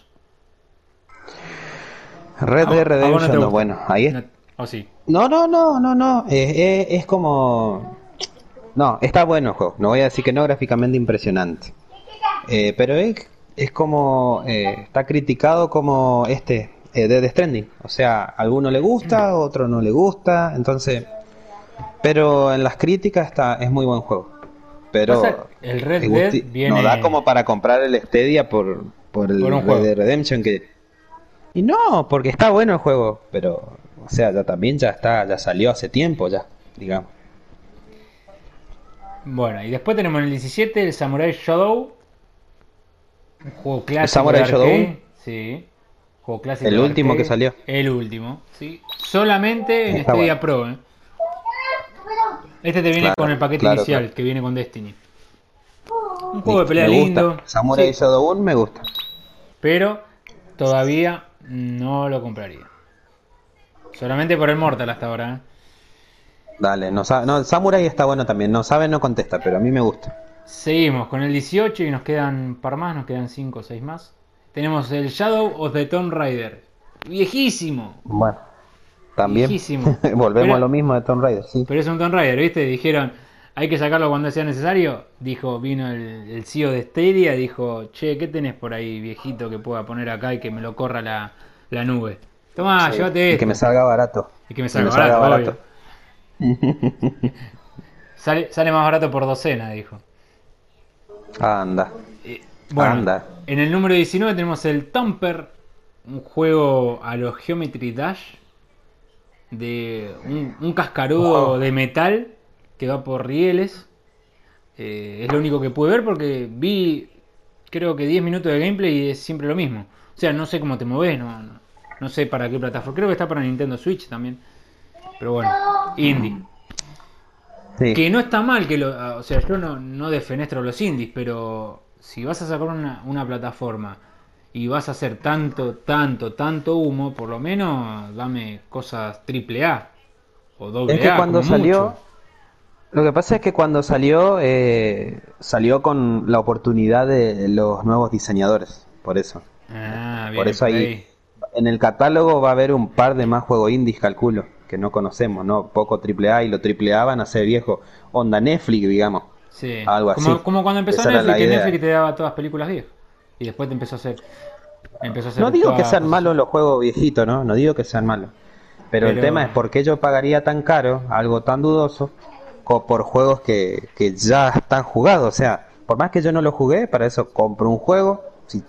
Speaker 2: Red Dead
Speaker 1: A vos no te
Speaker 2: Redemption 2,
Speaker 1: gusta.
Speaker 2: bueno, ahí es.
Speaker 1: No, ¿o sí?
Speaker 2: No, no, no, no, no. Es como. No, está bueno el juego. No voy a decir que no, gráficamente impresionante. Pero es como. Está criticado como Death Stranding. O sea, a alguno le gusta, a otro no le gusta. Entonces. Pero en las críticas es muy buen juego.
Speaker 1: Pasa,
Speaker 2: Pero
Speaker 1: el Red Dead
Speaker 2: no da
Speaker 1: viene
Speaker 2: como para comprar el Stadia por
Speaker 1: por
Speaker 2: el
Speaker 1: un
Speaker 2: Red
Speaker 1: juego.
Speaker 2: Dead Redemption que. Y no, porque está bueno el juego, pero. O sea, ya está, ya salió hace tiempo ya, digamos.
Speaker 1: Bueno, y después tenemos en el 17 el Samurai Shodown, un juego
Speaker 2: El
Speaker 1: clásico de
Speaker 2: Samurai Shodown,
Speaker 1: arcade. Sí, juego clásico
Speaker 2: el
Speaker 1: de
Speaker 2: último que
Speaker 1: arcade.
Speaker 2: salió.
Speaker 1: El último, sí. Solamente en
Speaker 2: Está
Speaker 1: Stadia
Speaker 2: bueno.
Speaker 1: Pro, ¿eh? Este te viene con
Speaker 2: Claro,
Speaker 1: el paquete
Speaker 2: claro,
Speaker 1: inicial,
Speaker 2: claro.
Speaker 1: que viene con Destiny. Un juego de
Speaker 2: Listo,
Speaker 1: pelea
Speaker 2: me
Speaker 1: lindo,
Speaker 2: gusta. Samurai
Speaker 1: sí,
Speaker 2: Shodown me gusta.
Speaker 1: pero todavía no lo compraría. Solamente por el Mortal hasta ahora, ¿eh?
Speaker 2: Dale, no, Samurai está bueno también. No sabe, no contesta, pero a mí me gusta.
Speaker 1: Seguimos con el 18 y nos quedan un par más, nos quedan 5 o 6 más. Tenemos el Shadow of the Tomb Raider. Viejísimo,
Speaker 2: Bueno, también
Speaker 1: viejísimo.
Speaker 2: volvemos a
Speaker 1: Pero,
Speaker 2: lo mismo de Tomb Raider, sí.
Speaker 1: pero es un Tomb Raider, ¿viste? Dijeron, hay que sacarlo cuando sea necesario. Dijo, vino el CEO de Stadia, dijo, che, ¿qué tenés por ahí, viejito, que pueda poner acá y que me lo corra la nube? Tomá,
Speaker 2: Sí.
Speaker 1: llévate
Speaker 2: Y que me
Speaker 1: esto.
Speaker 2: salga barato.
Speaker 1: Y que me
Speaker 2: Que
Speaker 1: salga
Speaker 2: me salga
Speaker 1: barato,
Speaker 2: barato.
Speaker 1: obvio. Sale más barato por docena, dijo.
Speaker 2: Anda,
Speaker 1: Bueno,
Speaker 2: anda.
Speaker 1: en el número 19 tenemos el Thumper, un juego a los Geometry Dash de un
Speaker 2: Un
Speaker 1: cascarudo
Speaker 2: juego.
Speaker 1: de metal que va por rieles. Es lo único que pude ver porque vi creo que 10 minutos de gameplay y es siempre lo mismo. O sea, no sé cómo te moves, no sé para qué plataforma. Creo que está para Nintendo Switch también. Pero bueno, indie.
Speaker 2: Sí.
Speaker 1: Que no está mal que o sea, yo no defenestro los indies, pero si vas a sacar una plataforma y vas a hacer tanto humo, por lo menos dame cosas triple A o
Speaker 2: Es
Speaker 1: doble
Speaker 2: que
Speaker 1: A
Speaker 2: cuando
Speaker 1: como mucho.
Speaker 2: salió, lo que pasa es que cuando salió, salió con la oportunidad de los nuevos diseñadores, por eso.
Speaker 1: Ah,
Speaker 2: Por
Speaker 1: viene
Speaker 2: eso
Speaker 1: por
Speaker 2: ahí,
Speaker 1: ahí.
Speaker 2: en el catálogo va a haber un par de más juegos indies, calculo, que no conocemos, ¿no? Poco triple A y lo triple A van a ser viejos, onda Netflix, digamos,
Speaker 1: Sí.
Speaker 2: algo así.
Speaker 1: Como cuando empezó
Speaker 2: Esa era
Speaker 1: Netflix,
Speaker 2: la
Speaker 1: que
Speaker 2: idea.
Speaker 1: Netflix te daba todas películas viejas. Y después te empezó a
Speaker 2: No
Speaker 1: hacer
Speaker 2: digo que
Speaker 1: todas
Speaker 2: sean
Speaker 1: cosas.
Speaker 2: malos los juegos viejitos, ¿no? No digo que sean malos. Pero el tema es
Speaker 1: Pero
Speaker 2: por qué yo pagaría tan caro algo tan dudoso por juegos que ya están jugados. O sea, por más que yo no lo jugué, para eso compro un juego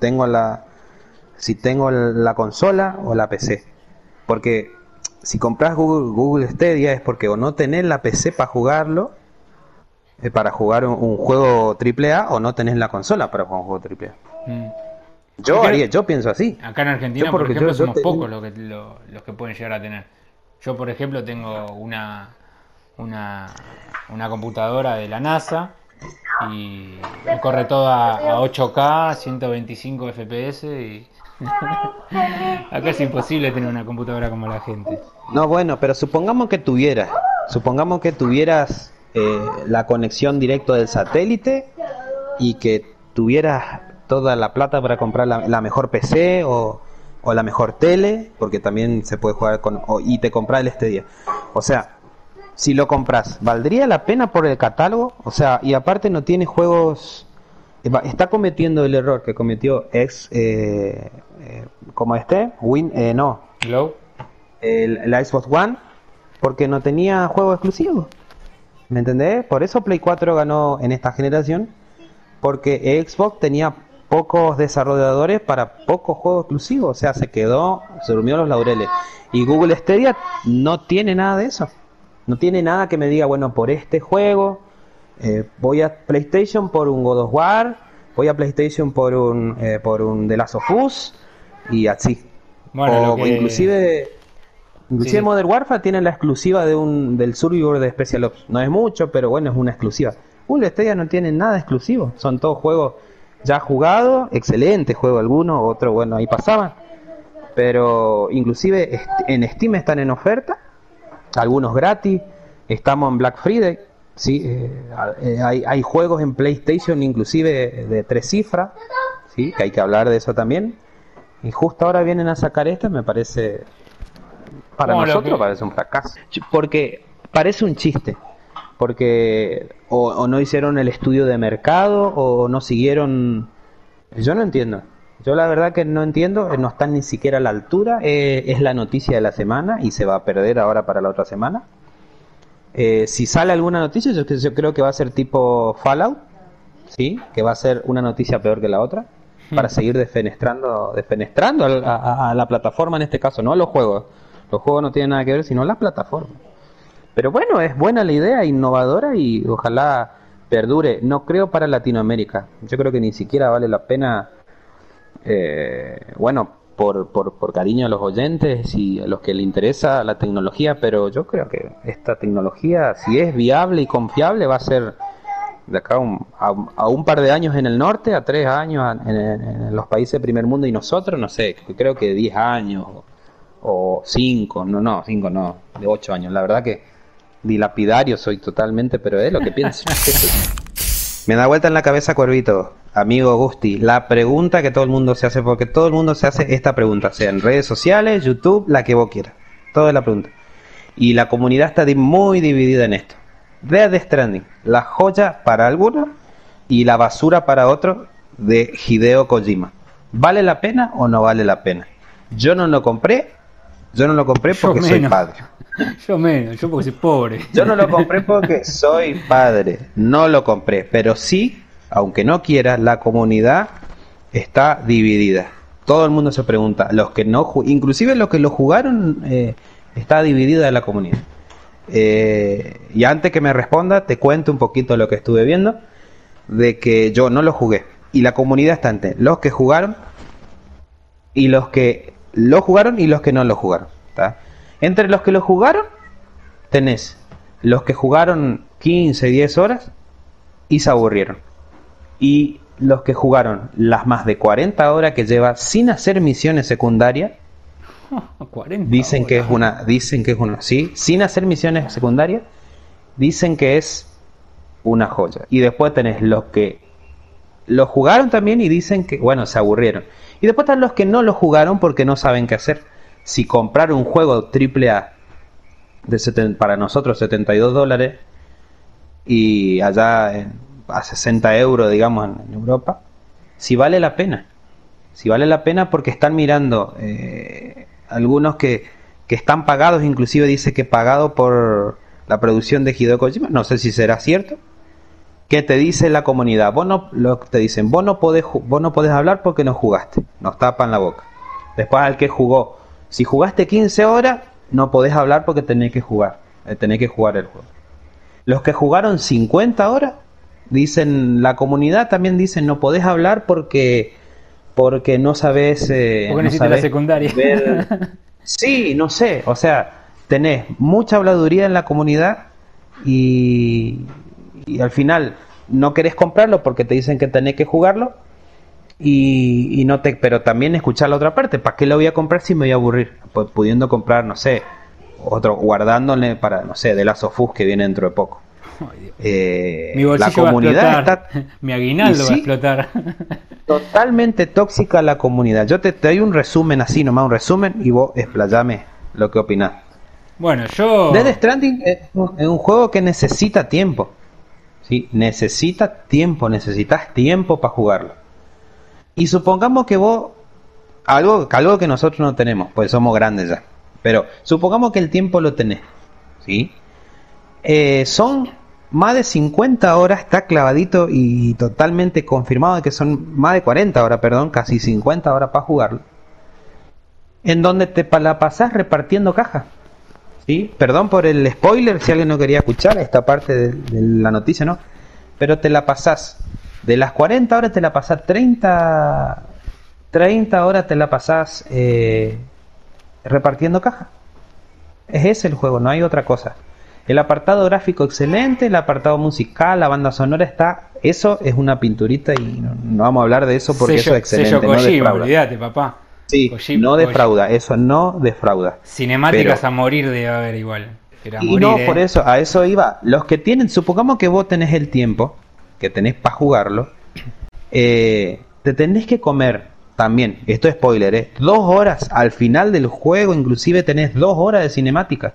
Speaker 2: si tengo la consola o la PC. Porque si compras Google Stadia es porque o no tenés la PC para jugarlo, para jugar un juego triple A, o no tenés la consola para jugar un juego triple A.
Speaker 1: mm,
Speaker 2: Yo pienso así.
Speaker 1: acá en Argentina,
Speaker 2: Yo
Speaker 1: por
Speaker 2: porque
Speaker 1: ejemplo,
Speaker 2: yo
Speaker 1: somos pocos los que pueden llegar a tener. Yo, por ejemplo, tengo una, una computadora de la NASA y me corre todo a 8K, 125 FPS y acá es imposible tener una computadora como la gente.
Speaker 2: No, bueno, pero supongamos que tuvieras la conexión directa del satélite y que tuvieras toda la plata para comprar la mejor PC o la mejor tele, porque también se puede jugar y te compras el Stadia. O sea, si lo compras, ¿valdría la pena por el catálogo? O sea, y aparte no tiene juegos, está cometiendo el error que cometió como no,
Speaker 1: Glow.
Speaker 2: el Xbox One, porque no tenía juegos exclusivos. ¿Me entendés? Por eso Play 4 ganó en esta generación, porque Xbox tenía pocos desarrolladores para pocos juegos exclusivos, o sea, se durmió los laureles. Y Google Stadia no tiene nada de eso. No tiene nada que me diga, bueno, por este juego voy a PlayStation por un God of War, voy a PlayStation por un The Last of Us y así.
Speaker 1: Bueno,
Speaker 2: o inclusive
Speaker 1: sí.
Speaker 2: Modern Warfare tiene la exclusiva del Survivor de Special Ops. No es mucho, pero bueno, es una exclusiva. Google Stadia no tiene nada exclusivo. Son todos juegos ya jugados, excelente juego alguno, otro bueno, ahí pasaban. Pero inclusive en Steam están en oferta, algunos gratis. Estamos en Black Friday, ¿sí? Hay juegos en PlayStation inclusive de 3 cifras, ¿sí? Que hay que hablar de eso también. Y justo ahora vienen a sacar esto, me parece... Para nosotros parece un fracaso. Porque parece un chiste. Porque o no hicieron el estudio de mercado o no siguieron... Yo no entiendo. Yo la verdad que no entiendo. No están ni siquiera a la altura. Es la noticia de la semana y se va a perder ahora para la otra semana. Si sale alguna noticia, yo creo que va a ser tipo Fallout, ¿sí? Que va a ser una noticia peor que la otra. Para seguir defenestrando a la plataforma en este caso, no a los juegos. Los juegos no tienen nada que ver, sino la plataforma. Pero bueno, es buena la idea, innovadora y ojalá perdure. No creo para Latinoamérica. Yo creo que ni siquiera vale la pena, bueno, por cariño a los oyentes y a los que les interesa la tecnología, pero yo creo que esta tecnología, si es viable y confiable, va a ser de acá a un par de años en el norte, a 3 años en los países de primer mundo, y nosotros, no sé, creo que 10 años o 5, de 8 años. La verdad que dilapidario soy totalmente, pero es lo que pienso. Me da vuelta en la cabeza, Cuervito, amigo Gusti, la pregunta que todo el mundo se hace, porque todo el mundo se hace esta pregunta, sea en redes sociales, YouTube, la que vos quieras. Toda la pregunta. Y la comunidad está muy dividida en esto. Death Stranding, la joya para algunos y la basura para otros de Hideo Kojima. ¿Vale la pena o no vale la pena? Yo no lo compré porque soy padre.
Speaker 1: Yo porque soy pobre.
Speaker 2: Yo no lo compré porque soy padre. No lo compré, pero sí, aunque no quiera, la comunidad está dividida. Todo el mundo se pregunta, los que no, inclusive los que lo jugaron, está dividida la comunidad. Y antes que me responda, te cuento un poquito lo que estuve viendo, de que yo no lo jugué y la comunidad está entre los que jugaron y los que lo jugaron y los que no lo jugaron, ¿tá? Entre los que lo jugaron tenés los que jugaron 15, 10 horas y se aburrieron, y los que jugaron las más de 40 horas que lleva sin hacer misiones secundarias.
Speaker 1: 40
Speaker 2: dicen
Speaker 1: horas.
Speaker 2: que es una, sí, sin hacer misiones secundarias, dicen que es una joya. Y después tenés los que lo jugaron también y dicen que, bueno, se aburrieron. Y después están los que no lo jugaron porque no saben qué hacer. Si comprar un juego AAA para nosotros $72 y allá a 60 euros, digamos, en Europa, si vale la pena. Si vale la pena porque están mirando algunos que están pagados, inclusive dice que pagado por la producción de Hideo Kojima, no sé si será cierto. ¿Qué te dice la comunidad? Te dicen, vos no podés hablar porque no jugaste, nos tapan la boca. Después al que jugó, si jugaste 15 horas, no podés hablar porque tenés que jugar el juego. Los que jugaron 50 horas, dicen, la comunidad también dice, no podés hablar porque no sabes...
Speaker 1: porque
Speaker 2: no
Speaker 1: necesitas la secundaria.
Speaker 2: Sí, no sé, o sea, tenés mucha habladuría en la comunidad y al final no querés comprarlo porque te dicen que tenés que jugarlo y no te, pero también escuchar la otra parte. ¿Para qué lo voy a comprar si me voy a aburrir? Pues pudiendo comprar, no sé, otro, guardándole para, no sé, The Last of Us que viene dentro de poco.
Speaker 1: Mi bolsillo
Speaker 2: la comunidad
Speaker 1: va a explotar. Mi aguinaldo va a explotar.
Speaker 2: Totalmente tóxica la comunidad. Yo te doy un resumen así nomás, un resumen, y vos explayame lo que opinás.
Speaker 1: Bueno, yo...
Speaker 2: Death Stranding es un juego que necesita tiempo. ¿Sí? Necesitas tiempo para jugarlo. Y supongamos que vos, algo que nosotros no tenemos, pues somos grandes ya. Pero supongamos que el tiempo lo tenés. ¿Sí? Son más de 50 horas, está clavadito y totalmente confirmado de que son más de 40 horas, perdón, casi 50 horas para jugarlo. En donde te la pasás repartiendo cajas. ¿Sí? Perdón por el spoiler, si alguien no quería escuchar esta parte de la noticia, ¿no? Pero te la pasás, de las 40 horas te la pasás 30 horas te la pasás repartiendo cajas. Es ese el juego, no hay otra cosa. El apartado gráfico excelente, el apartado musical, la banda sonora está... Eso es una pinturita y no vamos a hablar de eso porque eso es excelente.
Speaker 1: Sello Kojima,
Speaker 2: no defrauda.
Speaker 1: olvídate, papá.
Speaker 2: Sí,
Speaker 1: Kojima,
Speaker 2: no defrauda, eso no defrauda.
Speaker 1: Cinemáticas
Speaker 2: Pero...
Speaker 1: a morir debe haber igual. Pero a
Speaker 2: y
Speaker 1: morir,
Speaker 2: no, por eso, a eso iba. Los que tienen, supongamos que vos tenés el tiempo, que tenés para jugarlo, te tenés que comer también, esto es spoiler, 2 horas al final del juego, inclusive tenés 2 horas de cinemática.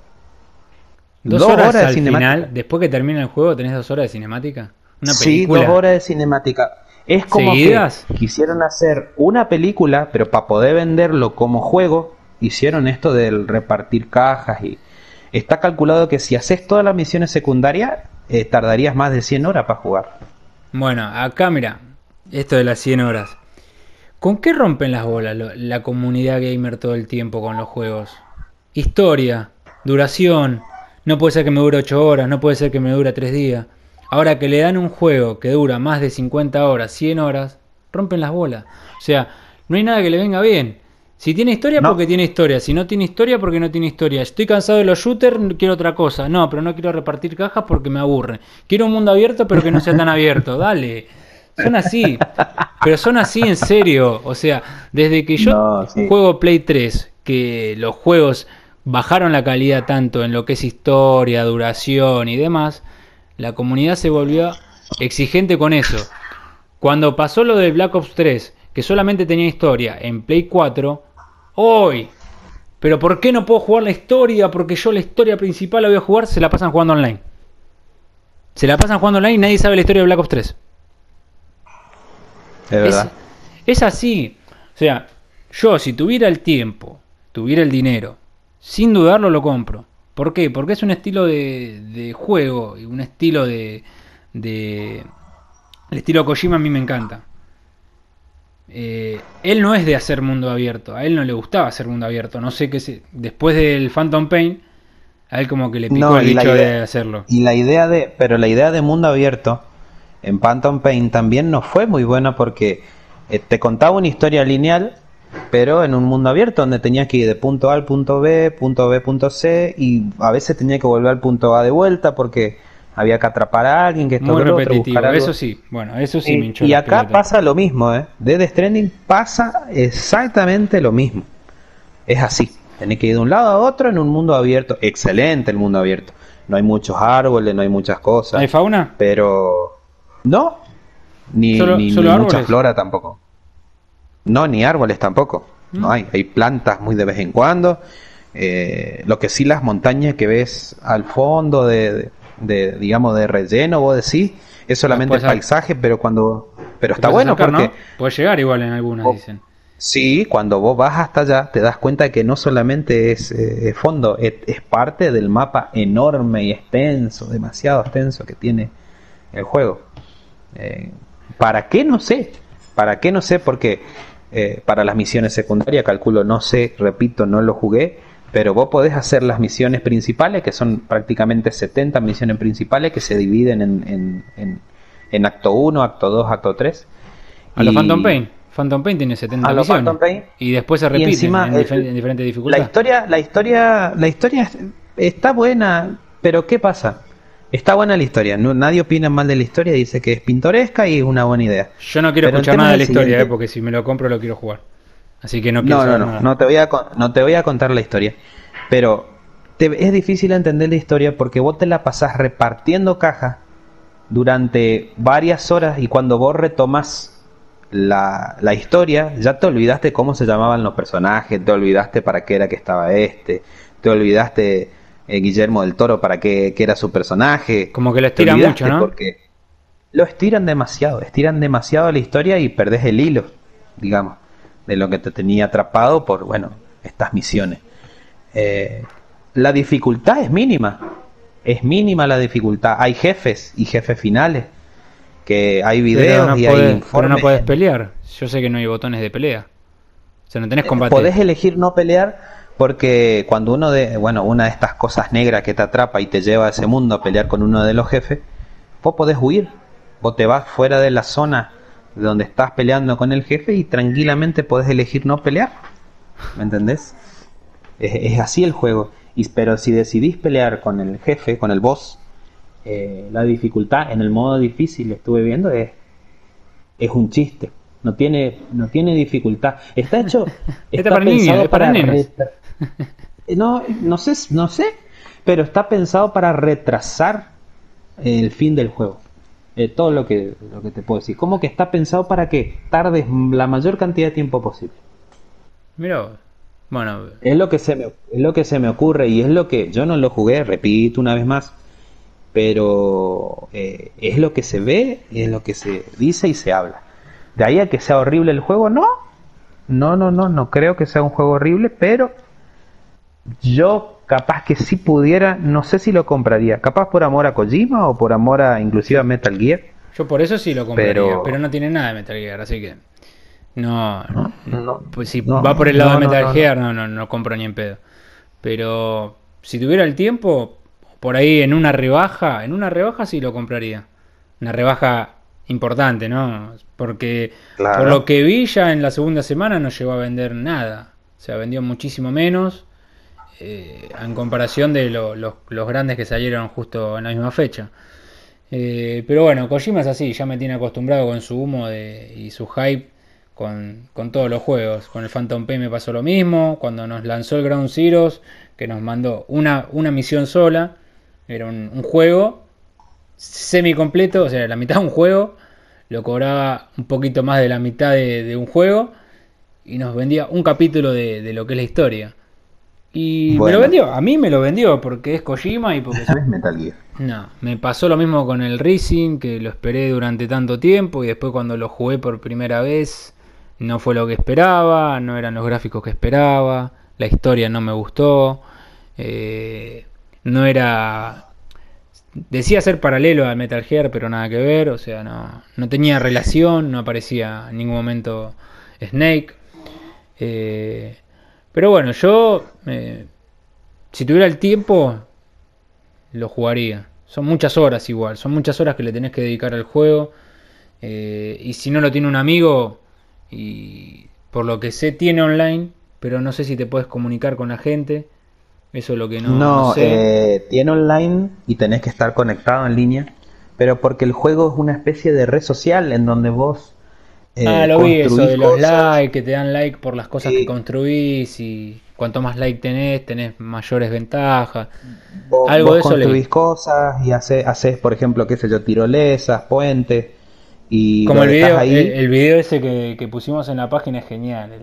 Speaker 1: 2 horas al final, después que termina el juego, tenés 2 horas de cinemática. Una película.
Speaker 2: Sí, 2 horas de cinemática. Es como ¿seguidas? Que quisieron hacer una película, pero para poder venderlo como juego, hicieron esto del repartir cajas y está calculado que si haces todas las misiones secundarias, tardarías más de 100 horas para jugar.
Speaker 1: Bueno, acá mira, esto de las 100 horas. ¿Con qué rompen las bolas la comunidad gamer todo el tiempo con los juegos? Historia, duración, no puede ser que me dure 8 horas, no puede ser que me dure 3 días. Ahora que le dan un juego que dura más de 50 horas, 100 horas, rompen las bolas. O sea, no hay nada que le venga bien. Si tiene historia, no, porque tiene historia. Si no tiene historia, porque no tiene historia. Estoy cansado de los shooters, quiero otra cosa. No, pero no quiero repartir cajas porque me aburre. Quiero un mundo abierto, pero que no sea tan abierto. Dale. Son así. Pero son así en serio. O sea, desde que yo juego Play 3, que los juegos bajaron la calidad tanto en lo que es historia, duración y demás, la comunidad se volvió exigente con eso. Cuando pasó lo del Black Ops 3, que solamente tenía historia en Play 4, hoy, pero ¿por qué no puedo jugar la historia? Porque yo la historia principal la voy a jugar, se la pasan jugando online. Se la pasan jugando online y nadie sabe la historia de Black Ops 3.
Speaker 2: Es verdad.
Speaker 1: Es así. O sea, yo si tuviera el tiempo, tuviera el dinero, sin dudarlo lo compro. ¿Por qué? Porque es un estilo de juego y un estilo el estilo Kojima a mí me encanta. Él no es de hacer mundo abierto, a él no le gustaba hacer mundo abierto. No sé qué después del Phantom Pain, a él como que le picó el bicho de hacerlo.
Speaker 2: Y pero la idea de mundo abierto en Phantom Pain también no fue muy buena porque te contaba una historia lineal, pero en un mundo abierto donde tenías que ir de punto A al punto B, punto C, y a veces tenía que volver al punto A de vuelta porque había que atrapar a alguien, que esto
Speaker 1: muy
Speaker 2: lo
Speaker 1: repetitivo,
Speaker 2: otro,
Speaker 1: eso sí, bueno, eso sí me hinchó.
Speaker 2: Y acá pasa lo mismo, Death Stranding pasa exactamente lo mismo. Es así, tenés que ir de un lado a otro en un mundo abierto, excelente el mundo abierto. No hay muchos árboles, no hay muchas cosas.
Speaker 1: ¿Hay fauna?
Speaker 2: Pero no, ni mucha flora tampoco. No, ni árboles tampoco. No hay plantas muy de vez en cuando. Lo que sí, las montañas que ves al fondo digamos de relleno, vos decís, es solamente paisaje, pero está bueno
Speaker 1: acercar,
Speaker 2: porque
Speaker 1: ¿no? Puede llegar igual en algunas, dicen.
Speaker 2: Sí, cuando vos vas hasta allá te das cuenta de que no solamente es fondo, es parte del mapa enorme y extenso, demasiado extenso que tiene el juego. ¿Para qué? No sé. ¿Para qué? No sé, porque para las misiones secundarias, calculo, no sé, repito, no lo jugué, pero vos podés hacer las misiones principales, que son prácticamente 70 misiones principales que se dividen en acto 1, acto 2, acto 3.
Speaker 1: A los Phantom Pain. Phantom Pain tiene 70 misiones. Y después se repite en diferentes dificultades.
Speaker 2: La historia está buena, pero ¿qué pasa? Está buena la historia, nadie opina mal de la historia, dice que es pintoresca y es una buena idea.
Speaker 1: Yo no quiero escuchar nada de la historia, porque si me lo compro lo quiero jugar. Así que no quiero saber nada.
Speaker 2: No te voy a contar la historia. Pero es difícil entender la historia porque vos te la pasás repartiendo cajas durante varias horas y cuando vos retomás la historia, ya te olvidaste cómo se llamaban los personajes, te olvidaste para qué era que estaba te olvidaste Guillermo del Toro para qué era su personaje.
Speaker 1: Como que lo
Speaker 2: Te
Speaker 1: estira mucho,
Speaker 2: olvidaste
Speaker 1: ¿no?
Speaker 2: porque lo estiran demasiado la historia y perdés el hilo, digamos, de lo que te tenía atrapado por, bueno, estas misiones. Eh, la dificultad es mínima la dificultad. Hay jefes y jefes finales, que hay videos y hay
Speaker 1: Pero no
Speaker 2: informes.
Speaker 1: podés pelear. Yo sé que no hay botones de pelea. O sea, no tenés combate.
Speaker 2: Podés elegir no pelear porque cuando una de estas cosas negras que te atrapa y te lleva a ese mundo a pelear con uno de los jefes, vos podés huir. Vos te vas fuera de la zona donde estás peleando con el jefe y tranquilamente podés elegir no pelear. ¿Me entendés? Es así el juego. Pero si decidís pelear con el jefe, con el boss, la dificultad en el modo difícil, estuve viendo, es un chiste. No tiene dificultad.
Speaker 1: Este
Speaker 2: Está
Speaker 1: para niños,
Speaker 2: pensado
Speaker 1: es para
Speaker 2: para
Speaker 1: nenes.
Speaker 2: no sé, pero está pensado para retrasar el fin del juego. Todo lo que te puedo decir. Como que está pensado para que tardes la mayor cantidad de tiempo posible.
Speaker 1: Mira, bueno,
Speaker 2: Es lo que se me ocurre y es lo que yo no lo jugué, repito una vez más, pero es lo que se ve, es lo que se dice y se habla. De ahí a que sea horrible el juego, no. No creo que sea un juego horrible, pero yo capaz que si pudiera, no sé si lo compraría. Capaz por amor a Kojima o por amor a inclusive a Metal Gear,
Speaker 1: yo por eso sí lo compraría, pero
Speaker 2: pero
Speaker 1: no tiene nada de Metal Gear, así que no,
Speaker 2: no, no,
Speaker 1: pues si
Speaker 2: no,
Speaker 1: va por el lado de
Speaker 2: no, no,
Speaker 1: Metal
Speaker 2: no, no.
Speaker 1: Gear, no compro ni en pedo. Pero si tuviera el tiempo, por ahí en una rebaja sí lo compraría. Una rebaja importante, ¿no? Porque por lo
Speaker 2: Claro.
Speaker 1: que vi ya en la segunda semana no llegó a vender nada. O sea, vendió muchísimo menos en comparación de los grandes que salieron justo en la misma fecha. Pero bueno, Kojima es así, ya me tiene acostumbrado con su humo y su hype con todos los juegos. Con el Phantom Pain me pasó lo mismo, cuando nos lanzó el Ground Zeroes, que nos mandó una misión sola, era un juego semi completo, o sea, la mitad de un juego, lo cobraba un poquito más de la mitad de un juego y nos vendía un capítulo de lo que es la historia. Y me lo
Speaker 2: Bueno,
Speaker 1: vendió, a mí me lo vendió porque es Kojima y porque
Speaker 2: es Metal Gear.
Speaker 1: no, me pasó lo mismo con el Rising, que lo esperé durante tanto tiempo y después cuando lo jugué por primera vez no fue lo que esperaba, no eran los gráficos que esperaba, la historia no me gustó, no era... Decía ser paralelo al Metal Gear, pero nada que ver, o sea, no tenía relación, no aparecía en ningún momento Snake. Eh, pero bueno, si tuviera el tiempo, lo jugaría. Son muchas horas igual, son muchas horas que le tenés que dedicar al juego. Y si no lo tiene un amigo, y por lo que sé tiene online, pero no sé si te puedes comunicar con la gente. Eso es lo que no
Speaker 2: No,
Speaker 1: sé.
Speaker 2: tiene online y tenés que estar conectado en línea, pero porque el juego es una especie de red social en donde vos
Speaker 1: Ah, lo vi eso
Speaker 2: construís
Speaker 1: de los
Speaker 2: cosas,
Speaker 1: likes, que te dan like por las cosas que
Speaker 2: y
Speaker 1: construís y cuanto más like tenés mayores ventajas.
Speaker 2: vos,
Speaker 1: Algo
Speaker 2: vos
Speaker 1: de eso leí.
Speaker 2: construís cosas y haces, por ejemplo, qué sé yo, tirolesas, puentes, y
Speaker 1: Como
Speaker 2: lo
Speaker 1: el
Speaker 2: dejas
Speaker 1: video,
Speaker 2: ahí.
Speaker 1: el video ese que pusimos en la página es genial,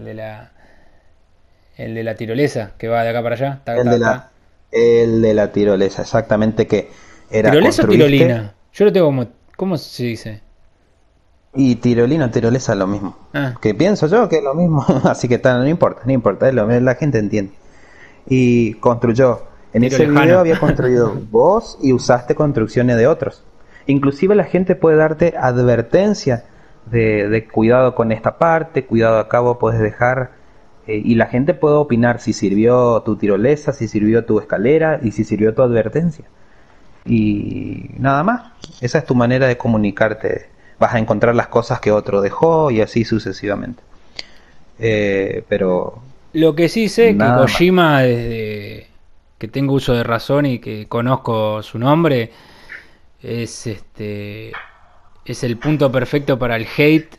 Speaker 1: el de la tirolesa, que va de acá para allá, ta,
Speaker 2: El de
Speaker 1: ta, ta.
Speaker 2: la, el de la tirolesa, exactamente, que era
Speaker 1: ¿Tirolesa o
Speaker 2: construiste.
Speaker 1: tirolina? Yo lo tengo como, ¿cómo se dice?
Speaker 2: Y tirolina, tirolesa es lo mismo.
Speaker 1: Ah,
Speaker 2: Que pienso yo que es lo mismo, así que no importa, no importa, la gente entiende. Y construyó, en
Speaker 1: tiro
Speaker 2: ese video
Speaker 1: lejano.
Speaker 2: había construido vos y usaste construcciones de otros. Inclusive la gente puede darte advertencia de cuidado con esta parte, cuidado acá vos podés dejar, y la gente puede opinar si sirvió tu tirolesa, si sirvió tu escalera y si sirvió tu advertencia. Y nada más. Esa es tu manera de comunicarte. Vas a encontrar las cosas que otro dejó y así sucesivamente. Pero
Speaker 1: Lo que sí sé es que
Speaker 2: nada más.
Speaker 1: Kojima, desde que tengo uso de razón y que conozco su nombre, es es el punto perfecto para el hate.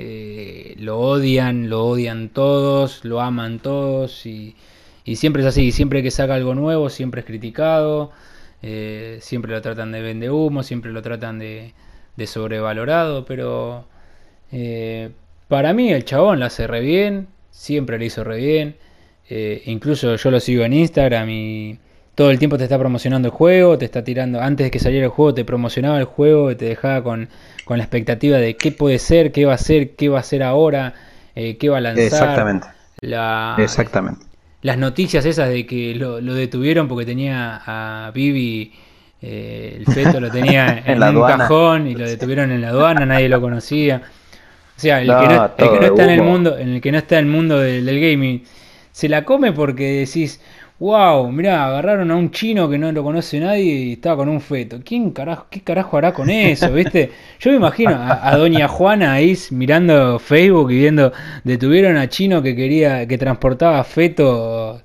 Speaker 1: Lo odian todos, lo aman todos y siempre es así. Siempre que saca algo nuevo, siempre es criticado. Siempre lo tratan de vende humo, siempre lo tratan de sobrevalorado, pero eh, para mí el chabón lo hace re bien, siempre lo hizo re bien. Incluso yo lo sigo en Instagram todo el tiempo te está promocionando el juego, te está tirando, antes de que saliera el juego te promocionaba el juego y te dejaba con la expectativa de qué puede ser, qué va a ser, qué va a ser ahora, qué va a lanzar.
Speaker 2: Exactamente,
Speaker 1: La,
Speaker 2: exactamente.
Speaker 1: las noticias esas de que lo detuvieron porque tenía a Bibi, el feto lo tenía
Speaker 2: En
Speaker 1: en
Speaker 2: la
Speaker 1: un
Speaker 2: aduana.
Speaker 1: cajón y lo detuvieron en la aduana, nadie lo conocía. O sea,
Speaker 2: No,
Speaker 1: el que
Speaker 2: todo
Speaker 1: no
Speaker 2: de
Speaker 1: está en el
Speaker 2: humo.
Speaker 1: mundo, en el que no está en el mundo del gaming, se la come porque decís, wow, mirá, agarraron a un chino que no lo conoce nadie y estaba con un feto. ¿Quién carajo, qué carajo hará con eso, viste? Yo me imagino a doña Juana ahí mirando Facebook y viendo, detuvieron a chino que quería, que transportaba feto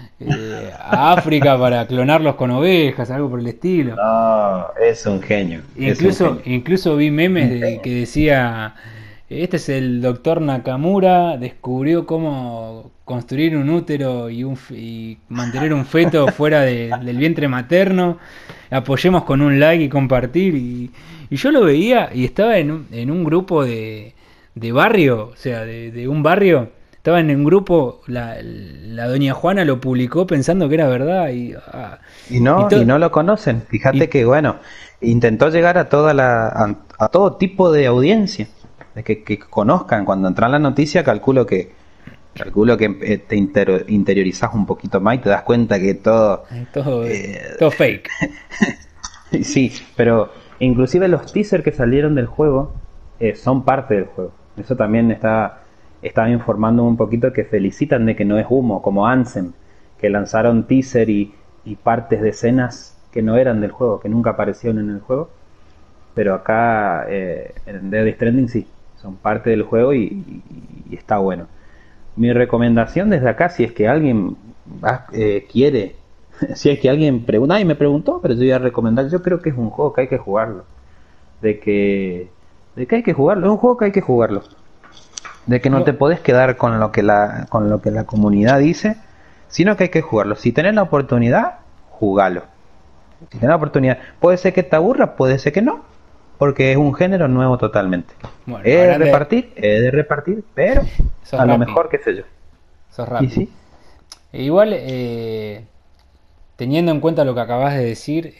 Speaker 1: a África para clonarlos con ovejas, algo por el estilo.
Speaker 2: No, es un genio, es un
Speaker 1: Incluso,
Speaker 2: genio.
Speaker 1: incluso vi memes
Speaker 2: Un genio.
Speaker 1: que decía, este es el doctor Nakamura, descubrió cómo construir un útero y mantener un feto fuera del vientre materno, apoyemos con un like y compartir. Y yo lo veía y estaba en un grupo de barrio, o sea, de un barrio, estaba en un grupo, la doña Juana lo publicó pensando que era verdad y,
Speaker 2: Y
Speaker 1: to-
Speaker 2: no lo conocen. Fíjate
Speaker 1: y
Speaker 2: que, bueno, intentó llegar a a todo tipo de audiencia, de que conozcan. Cuando entra la noticia, calculo que interiorizás un poquito más y te das cuenta que todo,
Speaker 1: todo,
Speaker 2: eh,
Speaker 1: todo fake.
Speaker 2: sí, pero inclusive los teasers que salieron del juego son parte del juego. Eso también estaba informando un poquito que felicitan de que no es humo, como Ansem, que lanzaron teaser y partes de escenas que no eran del juego, que nunca aparecieron en el juego. Pero acá en Dead Stranding sí, son parte del juego y está bueno. Mi recomendación desde acá, si es que alguien quiere, si es que alguien pregunta, ay, me preguntó, pero yo voy a recomendar, yo creo que es un juego que hay que jugarlo, de que, de que hay que jugarlo, es un juego que hay que jugarlo, de que no te
Speaker 1: Bu-
Speaker 2: podés quedar con con lo que la comunidad dice, sino que hay que jugarlo. Si tenés la oportunidad, jugalo. Si tenés la oportunidad, puede ser que te aburra, puede ser que no, porque es un género nuevo totalmente.
Speaker 1: Bueno, hablando de...
Speaker 2: Es de repartir, pero
Speaker 1: Sos
Speaker 2: a lo
Speaker 1: rápido,
Speaker 2: mejor, qué sé yo.
Speaker 1: sos
Speaker 2: Y
Speaker 1: rápido.
Speaker 2: sí,
Speaker 1: E igual, teniendo en cuenta lo que acabas de decir,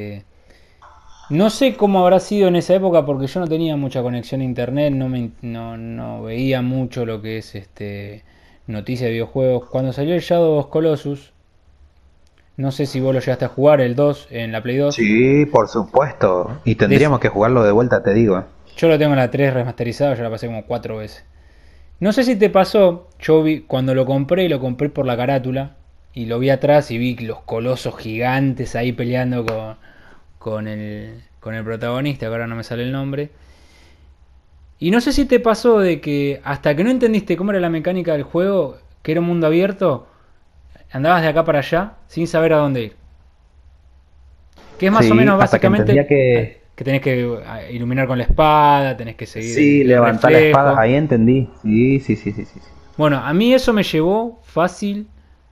Speaker 1: no sé cómo habrá sido en esa época porque yo no tenía mucha conexión a internet, no veía mucho lo que es noticias de videojuegos. Cuando salió el Shadow of Colossus, no sé si vos lo llegaste a jugar, el 2 en la Play 2.
Speaker 2: sí, por supuesto. Y
Speaker 1: Des-
Speaker 2: tendríamos que jugarlo de vuelta, te digo.
Speaker 1: yo lo tengo en la 3 remasterizado, ya la pasé como 4 veces. No sé si te pasó, yo vi, cuando lo compré por la carátula y lo vi atrás y vi los colosos gigantes ahí peleando con el protagonista, que ahora no me sale el nombre. Y no sé si te pasó de que hasta que no entendiste cómo era la mecánica del juego, que era un mundo abierto, andabas de acá para allá sin saber a dónde ir. Que es más o
Speaker 2: Sí,
Speaker 1: menos
Speaker 2: hasta que entendía
Speaker 1: básicamente
Speaker 2: que
Speaker 1: que tenés que iluminar con la espada, tenés que seguir
Speaker 2: sí,
Speaker 1: el
Speaker 2: levantar la espada,
Speaker 1: reflejo.
Speaker 2: ahí entendí. Sí, sí, sí, sí, sí. Sí.
Speaker 1: Bueno, a mí eso me llevó fácil.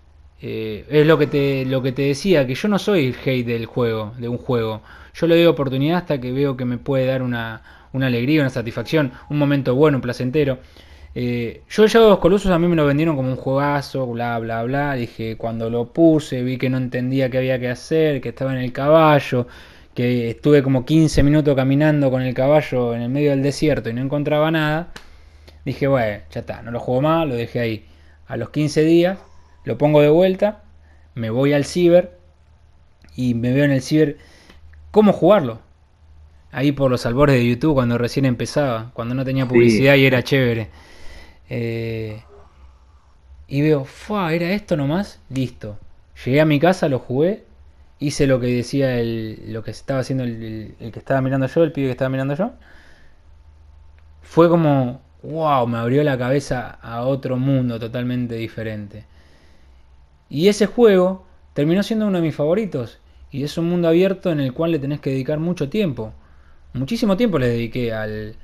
Speaker 1: Es lo que te decía, que yo no soy el hate del juego, de un juego. Yo le doy oportunidad hasta que veo que me puede dar una alegría, una satisfacción, un momento bueno, un placentero. Yo el Shadow of Colossus a mí me lo vendieron como un juegazo, bla, bla, bla. Dije, cuando lo puse, vi que no entendía qué había que hacer, que estaba en el caballo, que estuve como 15 minutos caminando con el caballo en el medio del desierto y no encontraba nada. Dije, bueno, ya está, no lo juego más, lo dejé ahí. A los 15 días lo pongo de vuelta, me voy al ciber y me veo en el ciber cómo jugarlo. Ahí por los albores de YouTube cuando recién empezaba, cuando no tenía
Speaker 2: Sí,
Speaker 1: publicidad y era chévere. Eh, y veo, ¡fua! ¿Era esto nomás? Listo. Llegué a mi casa, lo jugué, hice lo que decía lo que estaba haciendo el que estaba mirando yo, el pibe que estaba mirando yo. Fue como, wow, me abrió la cabeza a otro mundo totalmente diferente. Y ese juego terminó siendo uno de mis favoritos. Y es un mundo abierto en el cual le tenés que dedicar mucho tiempo. Muchísimo tiempo le dediqué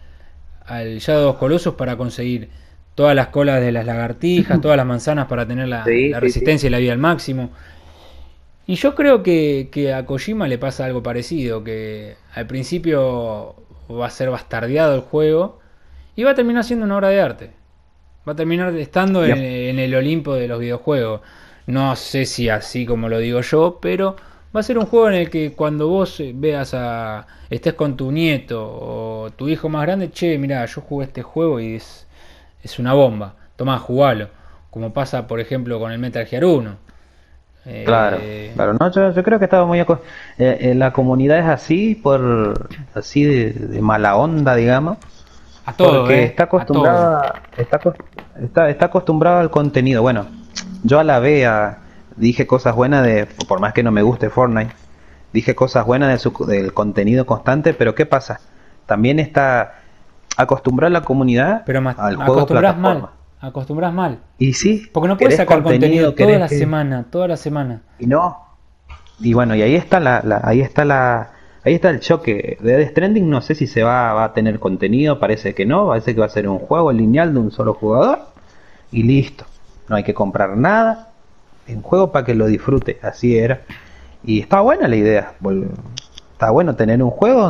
Speaker 1: al Shadow of Colossus para conseguir todas las colas de las lagartijas, todas las manzanas para tener
Speaker 2: sí,
Speaker 1: la
Speaker 2: sí, sí.
Speaker 1: resistencia y la vida al máximo. Y yo creo que a Kojima le pasa algo parecido, que al principio va a ser bastardeado el juego y va a terminar siendo una obra de arte. Va a terminar estando
Speaker 2: Y,
Speaker 1: en el Olimpo de los videojuegos. No sé si así como lo digo yo, pero va a ser un juego en el que cuando vos estés con tu nieto o tu hijo más grande, che, mira, yo jugué este juego y es una bomba. Tomá, jugalo. Como pasa, por ejemplo, con el Metal Gear 1.
Speaker 2: Claro,
Speaker 1: Eh,
Speaker 2: claro, no, yo creo que estaba la comunidad es así así de mala onda, digamos,
Speaker 1: a todo,
Speaker 2: porque está
Speaker 1: a todo.
Speaker 2: acostumbrada, está acostumbrada al contenido. Bueno, yo a la vez dije cosas buenas por más que no me guste Fortnite, dije cosas buenas del contenido constante, pero ¿qué pasa? También está acostumbrada la comunidad
Speaker 1: Pero
Speaker 2: al juego
Speaker 1: acostumbras mal.
Speaker 2: plataforma.
Speaker 1: Acostumbras mal.
Speaker 2: Y sí,
Speaker 1: Porque no puedes
Speaker 2: querés
Speaker 1: sacar contenido
Speaker 2: contenido,
Speaker 1: toda
Speaker 2: querés
Speaker 1: la
Speaker 2: que...
Speaker 1: semana, toda la semana.
Speaker 2: Y no, y bueno, y ahí está ahí está el choque. Death Stranding no sé si va a tener contenido, parece que no, parece que va a ser un juego lineal de un solo jugador y listo. No hay que comprar nada, un juego para que lo disfrute, así era. Y está buena la idea, está bueno tener un juego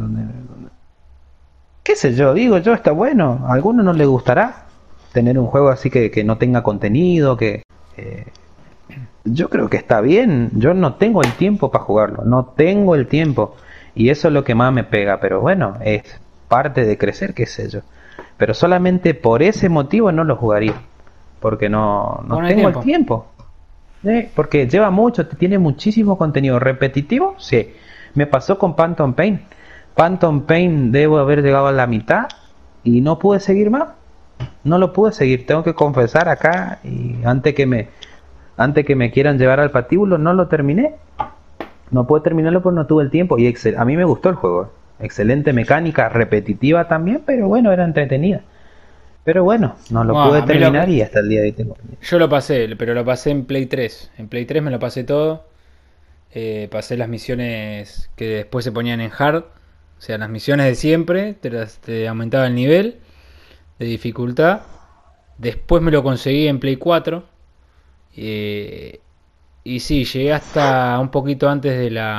Speaker 2: qué sé yo, digo yo, está bueno. A alguno no le gustará tener un juego así que no tenga contenido, que eh, yo creo que está bien. Yo no tengo el tiempo para jugarlo, no tengo el tiempo. Y eso es lo que más me pega, pero bueno, es parte de crecer, qué sé yo. Pero solamente por ese motivo no lo jugaría, porque no
Speaker 1: Con el
Speaker 2: tengo el
Speaker 1: tiempo.
Speaker 2: tiempo. Porque lleva mucho, tiene muchísimo contenido repetitivo, sí. Me pasó con Phantom Pain. Phantom Pain debo haber llegado a la mitad y no pude seguir más. No lo pude seguir, tengo que confesar acá y antes que me quieran llevar al patíbulo no lo terminé. No pude terminarlo porque no tuve el tiempo y a mí me gustó el juego. Excelente mecánica, repetitiva también, pero bueno, era entretenida. Pero bueno, no lo
Speaker 1: Bueno,
Speaker 2: pude terminar y hasta el día de hoy tengo.
Speaker 1: yo lo pasé, pero lo pasé en Play 3. En Play 3 me lo pasé todo. Pasé las misiones que después se ponían en hard. O sea, las misiones de siempre. Te aumentaba el nivel de dificultad. Después me lo conseguí en Play 4. eh, y sí, llegué hasta un poquito antes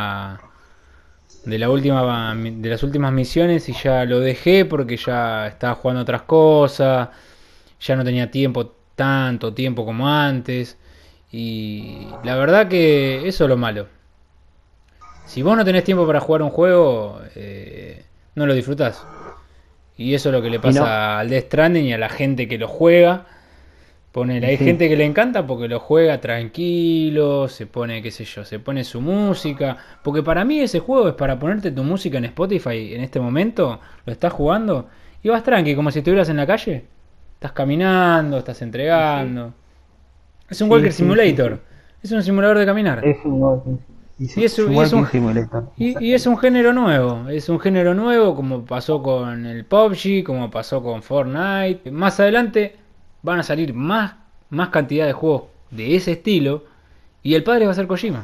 Speaker 1: de las últimas misiones y ya lo dejé porque ya estaba jugando otras cosas, ya no tenía tiempo, tanto tiempo como antes. Y la verdad que eso es lo malo. Si vos no tenés tiempo para jugar un juego, no lo disfrutás. Y eso es lo que le
Speaker 2: Y no,
Speaker 1: pasa al Death Stranding y a la gente que lo juega. Ponele,
Speaker 2: y
Speaker 1: hay
Speaker 2: sí.
Speaker 1: gente que le encanta porque lo juega tranquilo, se pone, qué sé yo, se pone su música. Porque para mí ese juego es para ponerte tu música en Spotify en este momento, lo estás jugando y vas tranqui, como si estuvieras en la calle. Estás caminando, estás
Speaker 2: Y sí.
Speaker 1: entregando. Es un
Speaker 2: Sí,
Speaker 1: Walker
Speaker 2: sí, sí,
Speaker 1: Simulator,
Speaker 2: sí.
Speaker 1: es un simulador de caminar.
Speaker 2: Es un walking, y
Speaker 1: Y
Speaker 2: sí,
Speaker 1: es,
Speaker 2: es un
Speaker 1: y es un
Speaker 2: walking simulator.
Speaker 1: y es un género nuevo como pasó con el PUBG, como pasó con Fortnite. Más adelante van a salir más cantidad de juegos de ese estilo y el padre va a ser Kojima.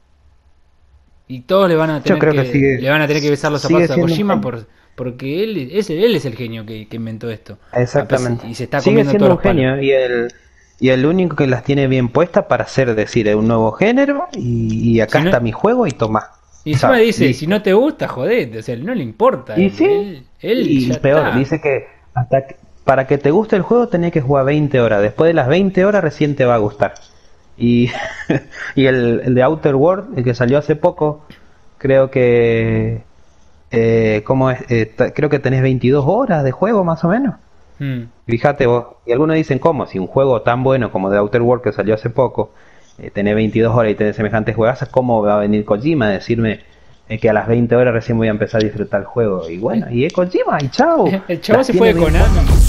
Speaker 1: Y todos
Speaker 2: Yo creo que
Speaker 1: le van a tener que besar los
Speaker 2: sigue
Speaker 1: zapatos a
Speaker 2: siendo un
Speaker 1: Kojima
Speaker 2: genio.
Speaker 1: porque él es el genio que inventó esto.
Speaker 2: Exactamente.
Speaker 1: Y se está
Speaker 2: Sigue
Speaker 1: comiendo todos
Speaker 2: siendo un
Speaker 1: los palos.
Speaker 2: genio y el único que las tiene bien puestas para hacer, decir, un nuevo género y acá
Speaker 1: Si no,
Speaker 2: está mi juego y toma.
Speaker 1: y encima
Speaker 2: Chao,
Speaker 1: dice, si
Speaker 2: listo.
Speaker 1: no te gusta, jodete, o sea, no le importa,
Speaker 2: Y sí,
Speaker 1: él
Speaker 2: y
Speaker 1: ya
Speaker 2: peor,
Speaker 1: está.
Speaker 2: dice que para que te guste el juego tenés que jugar 20 horas. Después de las 20 horas recién te va a gustar. Y, y el de Outer World, el que salió hace poco, creo que ¿cómo es? Creo que tenés 22 horas de juego más o menos.
Speaker 1: Mm.
Speaker 2: Fíjate vos. Y algunos dicen, ¿cómo? Si un juego tan bueno como The Outer World que salió hace poco, tenés 22 horas y tenés semejantes juegazos, ¿cómo va a venir Kojima a decirme que a las 20 horas recién voy a empezar a disfrutar el juego? Y bueno, y es Kojima, y chao.
Speaker 1: El chavo
Speaker 2: Las
Speaker 1: se fue
Speaker 2: tiene
Speaker 1: de
Speaker 2: bien
Speaker 1: Konami.
Speaker 2: puestas.